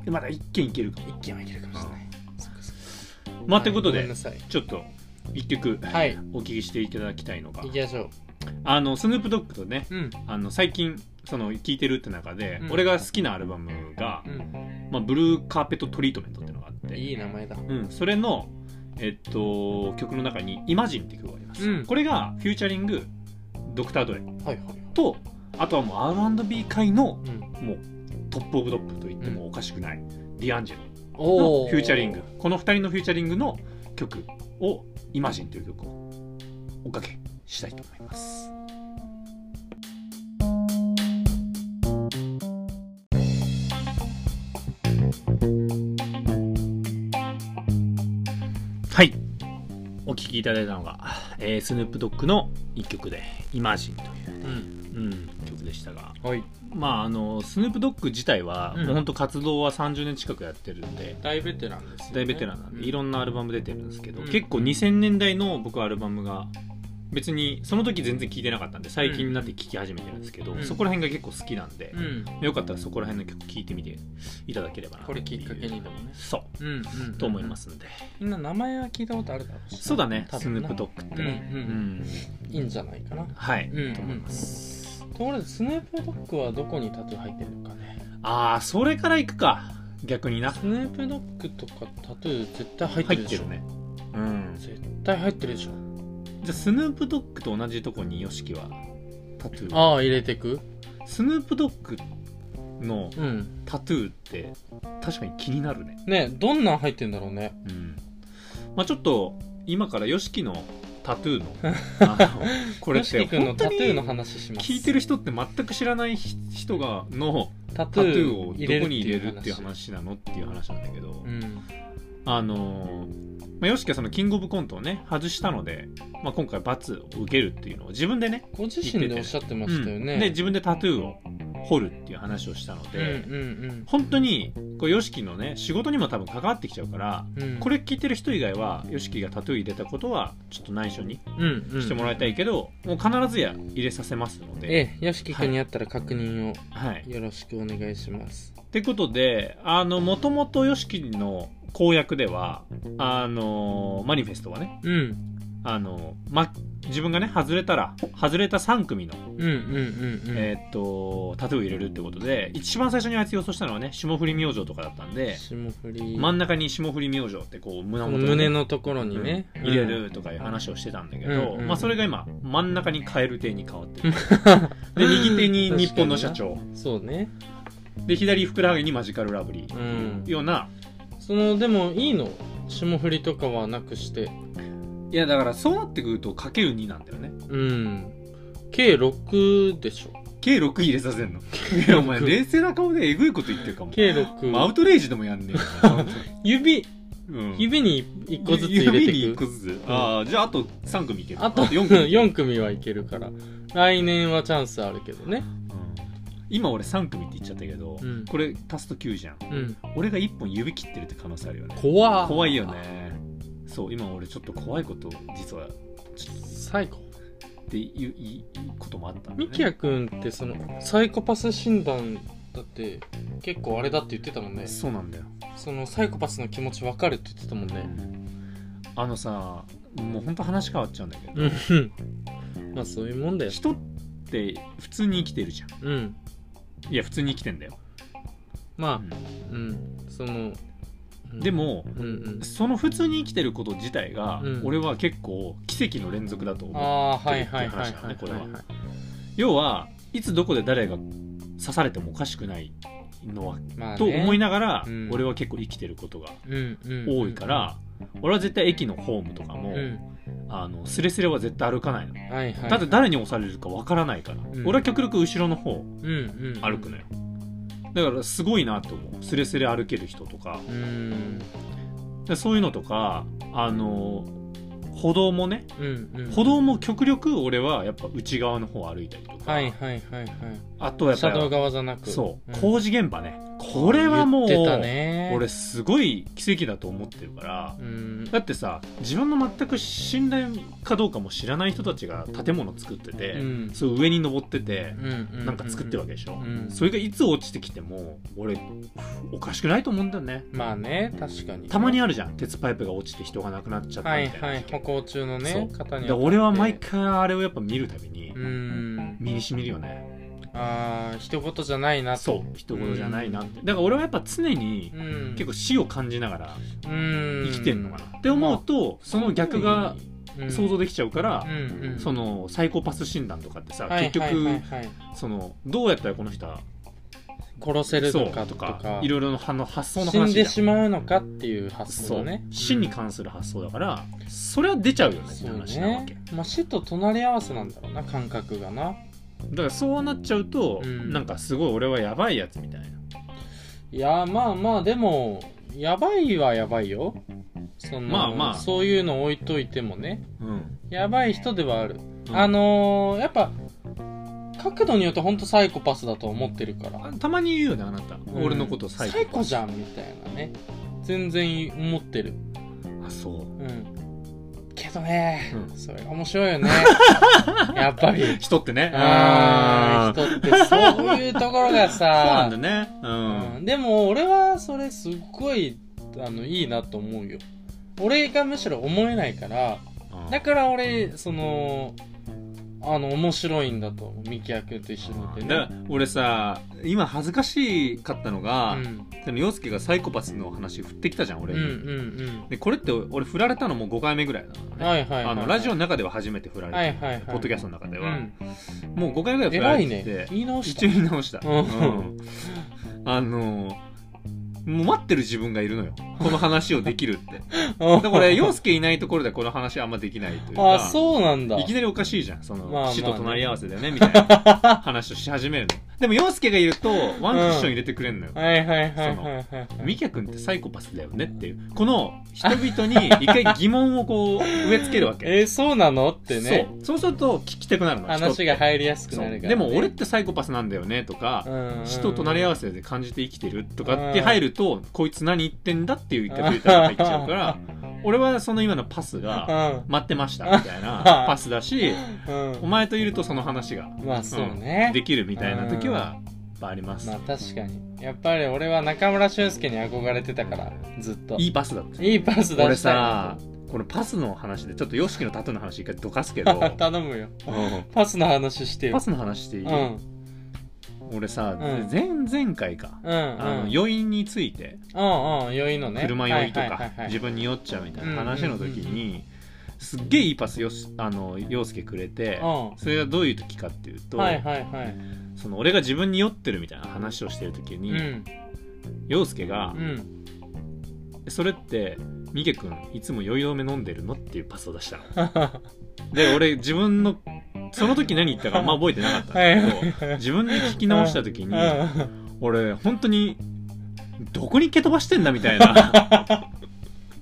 まだ1件いけるかも。 1件はいけるかもしれない。 まあということでちょっと1曲お聞きしていただきたいのが、 いきましょう。 スヌープドッグとね、最近その聴いてるって中で、俺が好きなアルバムが、ブルーカーペットトリートメントっていうのがあって、 いい名前だ。 それの曲の中にイマジンっていう曲があります。これがフューチャリングドクター・ドレと、あとはもう R&B 界のもうトップオブトップと言ってもおかしくないディアンジェロのフューチャリング、この2人のフューチャリングの曲をイマジンという曲をおかけしたいと思います。はい、お聴きいただいたのが、スヌープドッグの一曲でイマジンというね、曲でしたが、はい、まあスヌープドッグ自体は、もう本当活動は30年近くやってるんで大ベテランですよね。 大ベテランなんで、いろんなアルバム出てるんですけど、結構2000年代の僕アルバムが別にその時全然聴いてなかったんで最近になって聴き始めてるんですけど、そこら辺が結構好きなんで、よかったらそこら辺の曲聴いてみていただければな、 これきっかけにでもね、 そうと思いますんで、 みんな名前は聞いたことあるだろうし、 そうだね、スヌープドッグってね、 いいんじゃないかな、 はいと思います。 ところでスヌープドッグはどこにタトゥー入ってるのかね。 ああ、それからいくか、逆にな。 スヌープドッグとかタトゥー絶対入ってるでしょ。 入ってるね。 絶対入ってるでしょ。 じゃあスヌープドッグと同じとこにYOSHIKIはタトゥー入れてく。 スヌープドッグのタトゥーって確かに気になるね。 ね、どんなん入ってんだろうね。 まあちょっと今からYOSHIKIのタトゥーのこれって YOSHIKI君のタトゥーの話します。 聞いてる人って全く知らない人がのタトゥーをどこに入れるっていう話なのっていう話なんだけど、YOSHIKIはそのキングオブコントをね外したので、今回罰を受けるっていうのを自分でねご自身でおっしゃってましたよね。 で自分でタトゥーを掘るっていう話をしたので、本当にこうYOSHIKIのね仕事にも多分関わってきちゃうから、これ聞いてる人以外はYOSHIKIがタトゥー入れたことはちょっと内緒にしてもらいたいけど、もう必ずや入れさせますので、 YOSHIKI君にあったら確認をよろしくお願いします。 ってことで、もともとYOSHIKIの公約ではマニフェストはね、自分がね外れた3組のタトゥーを入れるってことで、一番最初にあいつ予想したのはね霜降り明星とかだったんで、真ん中に霜降り明星ってこう胸のところにね、 入れるとかいう話をしてたんだけど、それが今真ん中に蛙亭に変わってるで右手に日本の社長、 そうね、 で左ふくらはぎにマジカルラブリーような、 でもいいの、霜降りとかはなくして。 いやだからそうなってくるとかける2なんだよね。 計6でしょ。 計6入れさせんの。いやお前冷静な顔でえぐいこと言ってるかも。 計6、 アウトレイジでもやんねえよ指に1個ずつ入れていく。 指に1個ずつ。ああ、じゃああと3組いける。 あと4組はいけるから。来年はチャンスあるけどね。 今俺3組って言っちゃったけど、これ足すと9じゃん。俺が1本指切ってるって可能性あるよね。怖いよね。そう、今俺ちょっと怖いこと実はサイコっていうこともあったんだね。 ミキヤ君ってそのサイコパス診断だって結構あれだって言ってたもんね。 そうなんだよ。 そのサイコパスの気持ち分かるって言ってたもんね。 あのさ、もうほんと話変わっちゃうんだけどまあそういうもんだよ。 人って普通に生きてるじゃん。いや普通に生きてんだよ。 まあそのでも、その普通に生きてること自体が、俺は結構奇跡の連続だと思ってるっていう話だね、これは。要はいつどこで誰が刺されてもおかしくないのは、と思いながら、俺は結構生きてることが多いから、俺は絶対駅のホームとかも、スレスレは絶対歩かないの。だって誰に押されるかわからないから、俺は極力後ろの方歩くのよ。だからすごいなと思う。スレスレ歩ける人とか、そういうのとか、歩道もね、歩道も極力俺はやっぱ内側の方を歩いたりとか、あとはやっぱり車道側じゃなく、 工事現場ね。これはもう俺すごい奇跡だと思ってるから、だってさ、自分の全く信頼かどうかも知らない人たちが建物作ってて、そう上に登っててなんか作ってるわけでしょ。それがいつ落ちてきても俺おかしくないと思うんだよね。 まあね、確かにたまにあるじゃん、鉄パイプが落ちて人が亡くなっちゃったみたいな。 歩行中のね方に。 俺は毎回あれをやっぱ見るたびに身に染みるよね。 一言じゃないなと。 そう、一言じゃないなって。だから俺はやっぱ常に結構死を感じながら生きてんのかなって思うと、その逆が想像できちゃうから、そのサイコパス診断とかってさ、結局そのどうやったらこの人は殺せるのかとかいろいろの発想の話じゃん。死んでしまうのかっていう発想だね。 死に関する発想だから、それは出ちゃうよねって話なわけ。 死と隣り合わせなんだろうな、感覚がな。 だからそうなっちゃうと、なんかすごい俺はやばいやつみたいな。 いやまあまあでもやばいはやばいよ。そういうの置いといてもね、やばい人ではある。やっぱ角度によってほんとサイコパスだと思ってるから。 たまに言うよね、あなた、俺のことサイコじゃんみたいなね、全然思ってる。 あ、そうけどね、それが面白いよねやっぱり人ってね。 人ってそういうところがさそうなんだね。 でも俺はそれすっごいいいなと思うよ。俺がむしろ思えないから、だから俺その面白いんだと思う、ミキヤ君と一緒にいてね。 だから俺さ、今恥ずかしかったのが、陽介がサイコパスの話振ってきたじゃん俺に。でこれって俺振られたのもう5回目ぐらいなのね。ラジオの中では初めて振られて、ポッドキャストの中ではもう5回ぐらい振られてて、 言い直した。 一応言い直した。もう待ってる自分がいるのよ、この話をできるってだから俺陽介いないところでこの話あんまできないというか。 そうなんだ。 いきなりおかしいじゃん、その死と隣り合わせだよねみたいな話をし始めるの。でも陽介がいるとワンクッション入れてくれんのよ。ミキヤ君ってサイコパスだよねっていう、この人々に一回疑問をこう植え付けるわけ。 そうなのってね。 そうすると聞きたくなるの、 話が入りやすくなるからね。 でも俺ってサイコパスなんだよねとか、死と隣り合わせで感じて生きてるとかって入ると、こいつ何言ってんだっていう言い方が入っちゃうから俺はその今のパスが待ってましたみたいなパスだし、お前といるとその話ができるみたいな時はあります。 確かにやっぱり俺は中村俊輔に憧れてたから、ずっといいパスだった。 いいパスだった。 俺さ、このパスの話でちょっとYOSHIKIのタトゥーの話一回どかすけど頼むよ、パスの話してよ。 パスの話していい？俺さ、前々回か、酔いについて、 酔いのね、 車酔いとか自分に酔っちゃうみたいな話の時に、すっげえいいパス陽介くれて、それがどういう時かっていうと、その俺が自分に酔ってるみたいな話をしてる時に、陽介が、それってミケ君いつも酔い止め飲んでるのっていうパスを出したので俺自分のその時何言ったかあんま覚えてなかったんだけど、自分で聞き直した時に俺本当にどこに蹴飛ばしてんだみたいな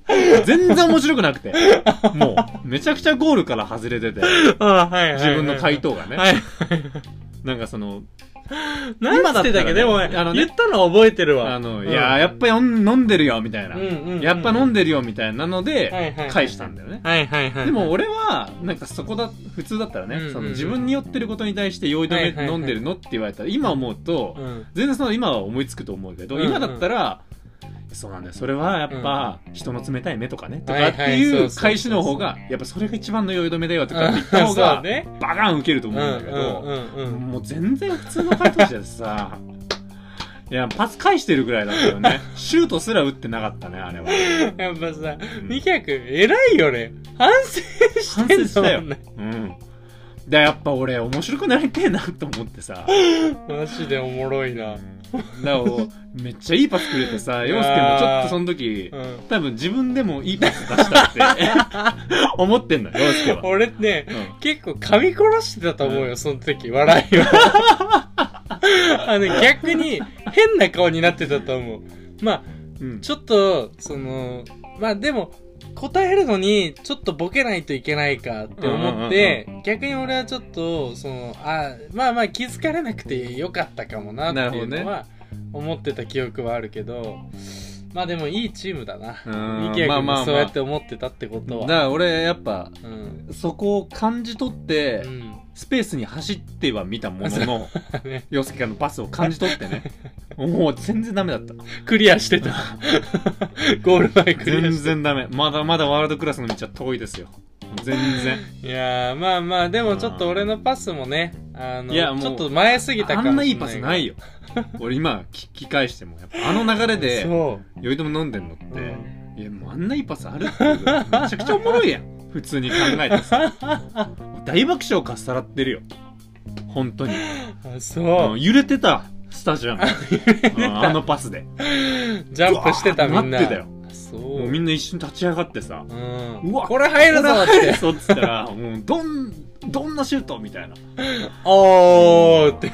全然面白くなくて。もう、めちゃくちゃゴールから外れてて。自分の回答がね。なんかその、 なんつってたっけ、でもね、言ったのは覚えてるわ。 いや、やっぱ飲んでるよ、みたいな。やっぱ飲んでるよ、みたいなので、返したんだよね。でも俺は、なんか普通だったらね、自分に酔ってることに対して酔い止め飲んでるのって言われたら、今思うと、全然今は思いつくと思うけど、今だったら、そうなんだよ。それはやっぱ、人の冷たい目とかね、とかっていう返しの方が、やっぱそれが一番の酔い止めだよとかって言った方が、バカン受けると思うんだけど、もう全然普通の回答してさ、いや、パス返してるぐらいだったよね。シュートすら打ってなかったね、あれは。 やっぱさ、ミキヤ君、偉いよね。反省してんだもんね。 うん。で、やっぱ俺、面白くなりてえなと思ってさ。 マジでおもろいな。 だからめっちゃいいパスくれてさ、陽介もちょっとその時、多分自分でもいいパス出したって思ってんのよ、陽介は。 俺ね、結構噛み殺してたと思うよ、その時、笑いを。逆に変な顔になってたと思う。まあ、ちょっと、まあでも、答えるのに、ちょっとボケないといけないかって思って、逆に俺はちょっと、まあまあ気づかれなくてよかったかもなっていうのは、思ってた記憶はあるけど、まあでもいいチームだな。ミキヤ君もそうやって思ってたってことは。 だから俺やっぱ、そこを感じ取って、スペースに走っては見たものの、陽介からのパスを感じ取ってね、もう全然ダメだった。 クリアしてた。ゴール前クリアしてた。 全然ダメ。まだまだワールドクラスの道は遠いですよ。全然。 いやー、まあまあ、でもちょっと俺のパスもね、ちょっと前すぎたかもしれない。 あんないいパスないよ。俺今聞き返しても、やっぱあの流れで、酔い止め飲んでんのって、いやもうあんないいパスあるっていうぐらいめちゃくちゃおもろいやん。普通に考えてさ。大爆笑かっさらってるよ。本当に。 そう。 揺れてた、スタジアム。あのパスで。 ジャンプしてたみんな。 待ってたよ。そう。もうみんな一瞬立ち上がってさ。 うわ、これ入るぞって。 そうっつったら、もうどんなシュートみたいな。 おーって。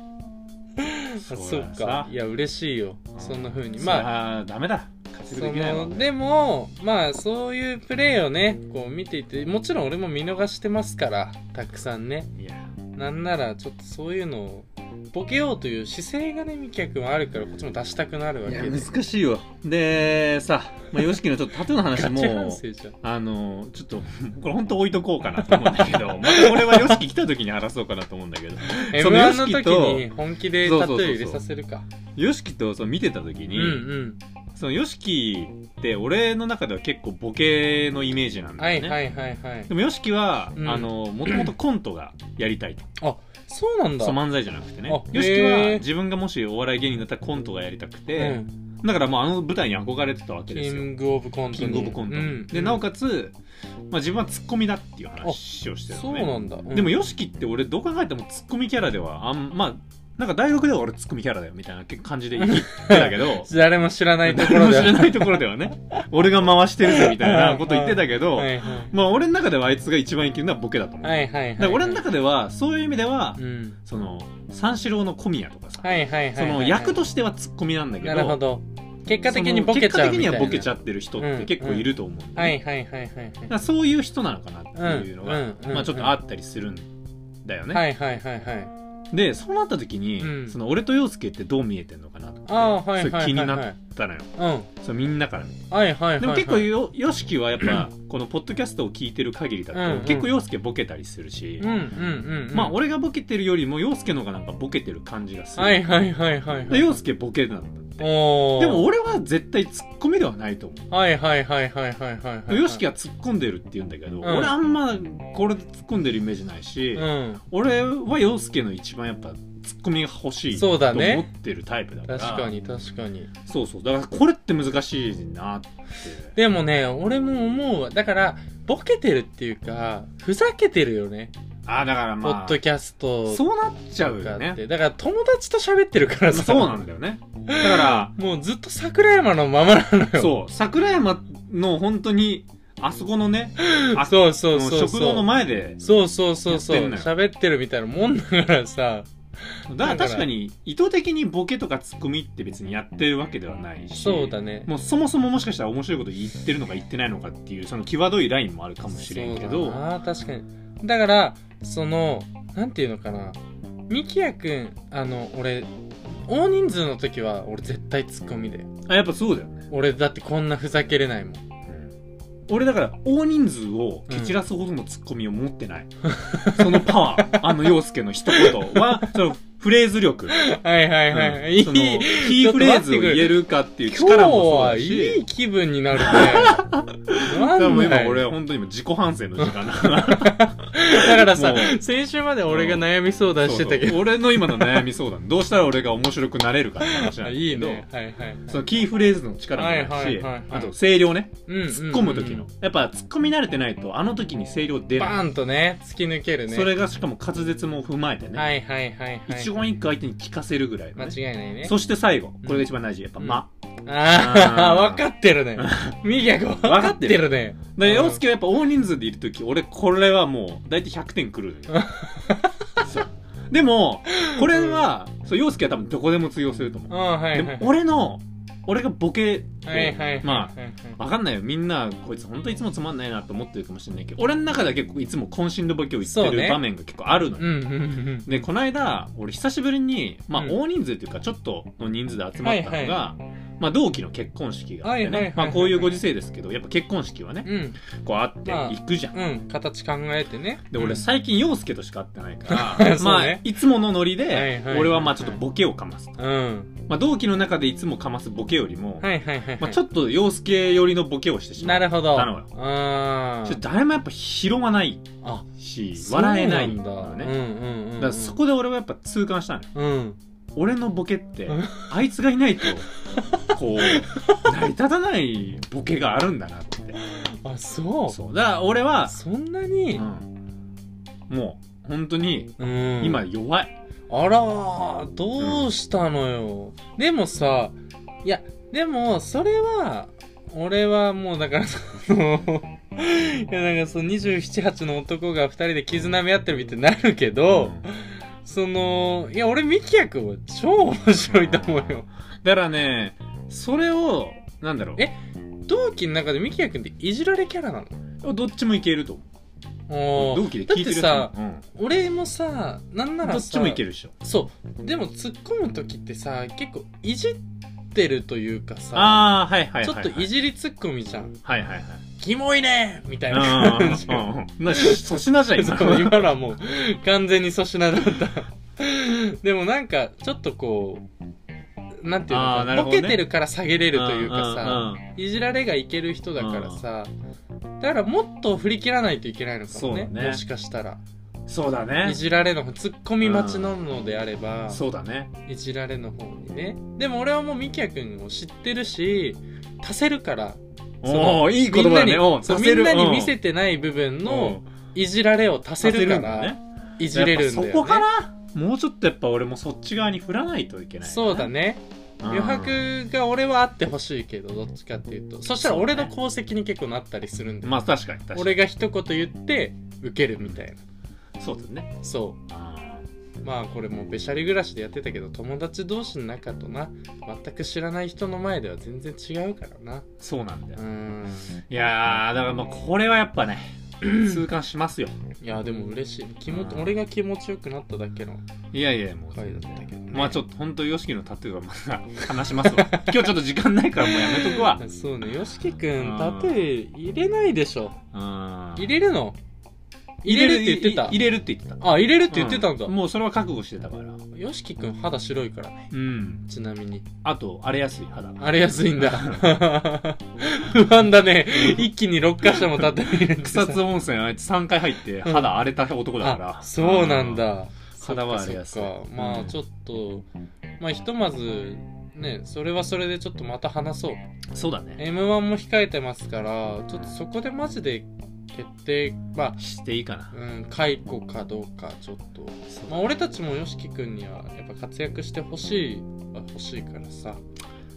そうか。いや、嬉しいよ。そんな風に。まあ、ダメだ。 でも、まあ、そういうプレーをね、こう見ていて、もちろん俺も見逃してますから、たくさんね。なんなら、ちょっとそういうのを、ボケようという姿勢がね、ミキヤ君はあるから、こっちも出したくなるわけで。 いや、難しいよ。で、さ、ヨシキのちょっとタトゥーの話も、ちょっと、これ本当置いとこうかなと思うんだけど、またこれはヨシキ来た時に話そうかなと思うんだけど。 M1 の時に本気でタトゥー入れさせるか。 ヨシキと見てた時に、そのヨシキって俺の中では結構ボケのイメージなんだよね。でもヨシキは、もともとコントがやりたいと。 あ、そうなんだ。 そう、漫才じゃなくてね。ヨシキは自分がもしお笑い芸人だったらコントがやりたくて、だからもう舞台に憧れてたわけですよ。 キングオブコント。 キングオブコント。で、なおかつ、自分はツッコミだっていう話をしてるのね。 そうなんだ。 でもヨシキって俺どう考えてもツッコミキャラではなんか大学では俺ツッコミキャラだよみたいな感じで言ってたけど誰も知らないところでは誰も知らないところではね俺が回してるぜみたいなこと言ってたけどまあ俺の中ではあいつが一番いけるのはボケだと思う。だから俺の中ではそういう意味では、その三四郎の小宮とかさ、その役としてはツッコミなんだけど、 なるほど、結果的にボケちゃうみたいな、 結果的にはボケちゃってる人って結構いると思うんで、そういう人なのかなっていうのがまあちょっとあったりするんだよね。で、そうなった時に、その俺と陽介ってどう見えてんのかなとか、それ気になったのよ。そうみんなから見て。でも結構ヨシキはやっぱこのポッドキャストを聞いてる限りだと結構陽介ボケたりするし、まあ俺がボケてるよりも陽介の方がなんかボケてる感じがする。で陽介ボケなんだって。でも俺は絶対ツッコミではないと思う。ヨシキは突っ込んでるって言うんだけど、俺あんまこれで突っ込んでるイメージないし、俺は陽介の一番やっぱツッコミが欲しいと思ってるタイプだから。 確かに確かに。 そうそう、だからこれって難しいなって。 でもね、俺も思うわ。だからボケてるっていうかふざけてるよね。 だからまあポッドキャストそうなっちゃうよね。 だから友達と喋ってるからさ。 そうなんだよね。だからもうずっと桜山のままなのよ。 そう、桜山の本当にあそこのね、 そう食堂の前で喋ってるみたいなもんだからさ。 だから確かに意図的にボケとかツッコミって別にやってるわけではないし、 そうだね、 もうそもそももしかしたら面白いこと言ってるのか言ってないのかっていうその際どいラインもあるかもしれんけど、 確かに。だからそのなんていうのかな、みきやくん俺大人数の時は俺絶対ツッコミで、 やっぱそうだよね。 俺だってこんなふざけれないもん。 俺だから大人数を蹴散らすほどのツッコミを持ってない、そのパワー、陽介の一言はそのフレーズ力、 はいはいはい、 そのキーフレーズを言えるかっていう力もそうだし、 今日はいい気分になるね。 なんだ今俺は本当に今自己反省の時間だからだからさ、先週まで俺が悩み相談してたけど、 そう俺の今の悩み相談、どうしたら俺が面白くなれるかって話なんだけど、 いいね、はいはい、 そのキーフレーズの力もあるし、あと声量ね、突っ込む時の、やっぱ突っ込み慣れてないとあの時に声量出ない、 バーンとね突き抜けるね。 それがしかも滑舌も踏まえてね、 はいはいはい、 一言一句相手に聞かせるぐらいの、 間違いないね。 そして最後これが一番大事、やっぱ分かってるね。みぎゃく分かってるね。 で陽介はやっぱ大人数でいる時、俺これはもう大体100点くるそうでもこれは陽介は多分どこでも通用すると思う。でも俺がボケまあ分かんないよ、みんなこいつ本当いつもつまんないなと思ってるかもしれないけど、俺の中では結構いつも渾身のボケを言ってる場面が結構あるのよ。でこの間俺久しぶりに大人数っていうかちょっとの人数で集まったのが同期の結婚式があってね、こういうご時世ですけどやっぱ結婚式はねこうあって行くじゃん、 形考えてね。 で俺最近陽介としか会ってないからいつものノリで俺はちょっとボケをかますと、同期の中でいつもかますボケよりもちょっと陽介寄りのボケをしてしまったのよ。なるほど。誰もやっぱ拾わないし笑えないんだよね。だからそこで俺はやっぱ痛感したのよ。俺のボケってあいつがいないとこう成り立たないボケがあるんだなって。 あ、そうだから俺はそんなにもう本当に今弱い。 あらー、どうしたのよ。でもさ、いやでもそれは俺はもうだからいやなんか27、8の男が2人で絆め合ってるみたいになるけど、いや俺ミキヤ君は超面白いと思うよ。 だからね、それをなんだろう、 同期の中でミキヤ君っていじられキャラなの？ どっちもいけると思う。同期で聞いてるだってさ、俺もさ、なんならさどっちもいけるでしょ。 そうでも突っ込む時ってさ、結構いじってるというかさ、ちょっといじりツッコミじゃん。キモいねみたいな感じ。 粗品じゃん今のはもう完全に粗品だったでもなんかちょっとこうなんていうのかな、ボケてるから下げれるというかさ、いじられがいける人だからさ、だからもっと振り切らないといけないのかもね、もしかしたら。 そうだね。 いじられのツッコミ待ちなのであれば、 そうだね。 いじられの方にね。でも俺はもうミキヤ君を知ってるし、足せるから、 いい言葉だね。 みんなに見せてない部分のいじられを足せるから、いじれるんだよね。 そこからもうちょっとやっぱ俺もそっち側に振らないといけない。 そうだね。余白が俺はあってほしいけど、どっちかっていうと、そしたら俺の功績に結構なったりするんだよ。 まあ確かに俺が一言言って受けるみたいな。 そうだね。 まあこれもべしゃり暮らしでやってたけど、友達同士の中とな、全く知らない人の前では全然違うからな。 そうなんだよ。いやー、だからこれはやっぱね痛感しますよ。 いやでも嬉しい。俺が気持ちよくなっただけのもう回だったけどね。 まあちょっと本当YOSHIKIのタトゥーはまた話しますわ今日ちょっと時間ないからもうやめとくわ。 そうね、YOSHIKIくんタトゥー入れないでしょ。入れるの？入れるって言ってた。 入れるって言ってた。 入れるって言ってたんだ。 もうそれは覚悟してたから。 YOSHIKIくん肌白いからね。ちなみに。 あと荒れやすい肌。 荒れやすいんだ。不安だね。一気に6カ所もタトゥー入れて草津温泉あいつ3回入って肌荒れた男だから。 そうなんだ。 肌は荒れやすい。 まあちょっとひとまずね、それはそれでちょっとまた話そう。 そうだね。 M1 も控えてますから、ちょっとそこでマジで決定していいかな。 解雇かどうかちょっと。俺たちもYOSHIKIくんにはやっぱ活躍してほしいからさ。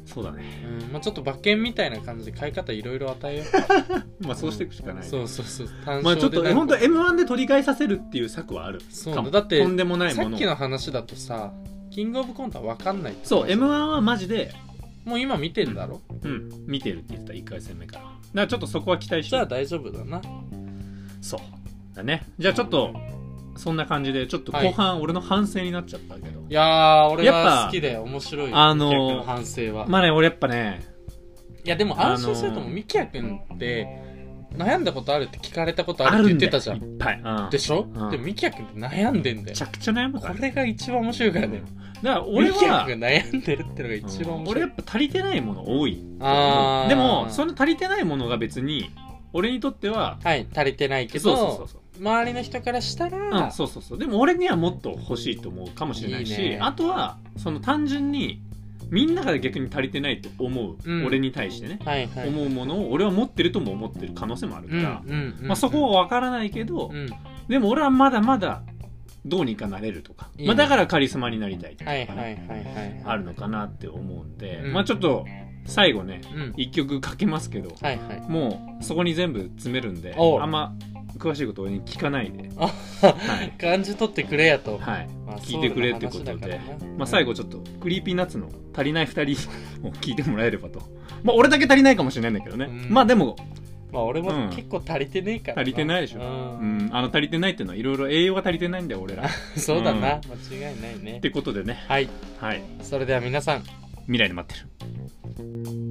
そうだね、 まあちょっと馬券みたいな感じで買い方いろいろ与えようまあそうしていくしかない、 そうそうそう、 まあちょっと本当 M1 で取り返させるっていう策はある。 そうだって、 とんでもないもの、 さっきの話だとさ、キングオブコントは分かんない。 そう M1 はマジでもう今見てんだろ。 見てるって言ってた、1回戦目から。だからちょっとそこは期待して。 じゃあ大丈夫だな。 そうだね。じゃあちょっとそんな感じで、ちょっと後半俺の反省になっちゃったけど、 いやー俺は好きだよ、面白い。の反省はまあね、俺やっぱね、 いやでも安心するとも、ミキヤ君って悩んだことあるって聞かれたことあるって言ってたじゃん。いっぱい、でしょ、でもミキヤ君って悩んでんだよ。めちゃくちゃ悩むから。 これが一番面白いからね。だから俺はミキヤ君が悩んでるってのが一番面白い。 俺やっぱ足りてないもの多い。でもその足りてないものが別に俺にとっては、 足りてないけど、周りの人からしたら、 でも俺にはもっと欲しいと思うかもしれないし、あとはその単純にみんなが逆に足りてないと思う、俺に対してね、思うものを俺は持ってるとも思ってる可能性もあるから、まあそこは分からないけど、でも俺はまだまだどうにかなれるとか、まあだからカリスマになりたいとかあるのかなって思うんで、まあちょっと最後ね、一曲かけますけど、もうそこに全部詰めるんで、あんま詳しいことを聞かないで感じ取ってくれやと、 聞いてくれってことで、まあ最後ちょっとクリーピーナッツの足りない2人を聞いてもらえればと。まあ俺だけ足りないかもしれないんだけどね、まあでもまあ俺も結構足りてねえからな。 足りてないでしょ。足りてないっていうのはいろいろ栄養が足りてないんだよ俺ら。 そうだな、間違いないね。 ってことでね、 はい、それでは皆さん、 未来で待ってる。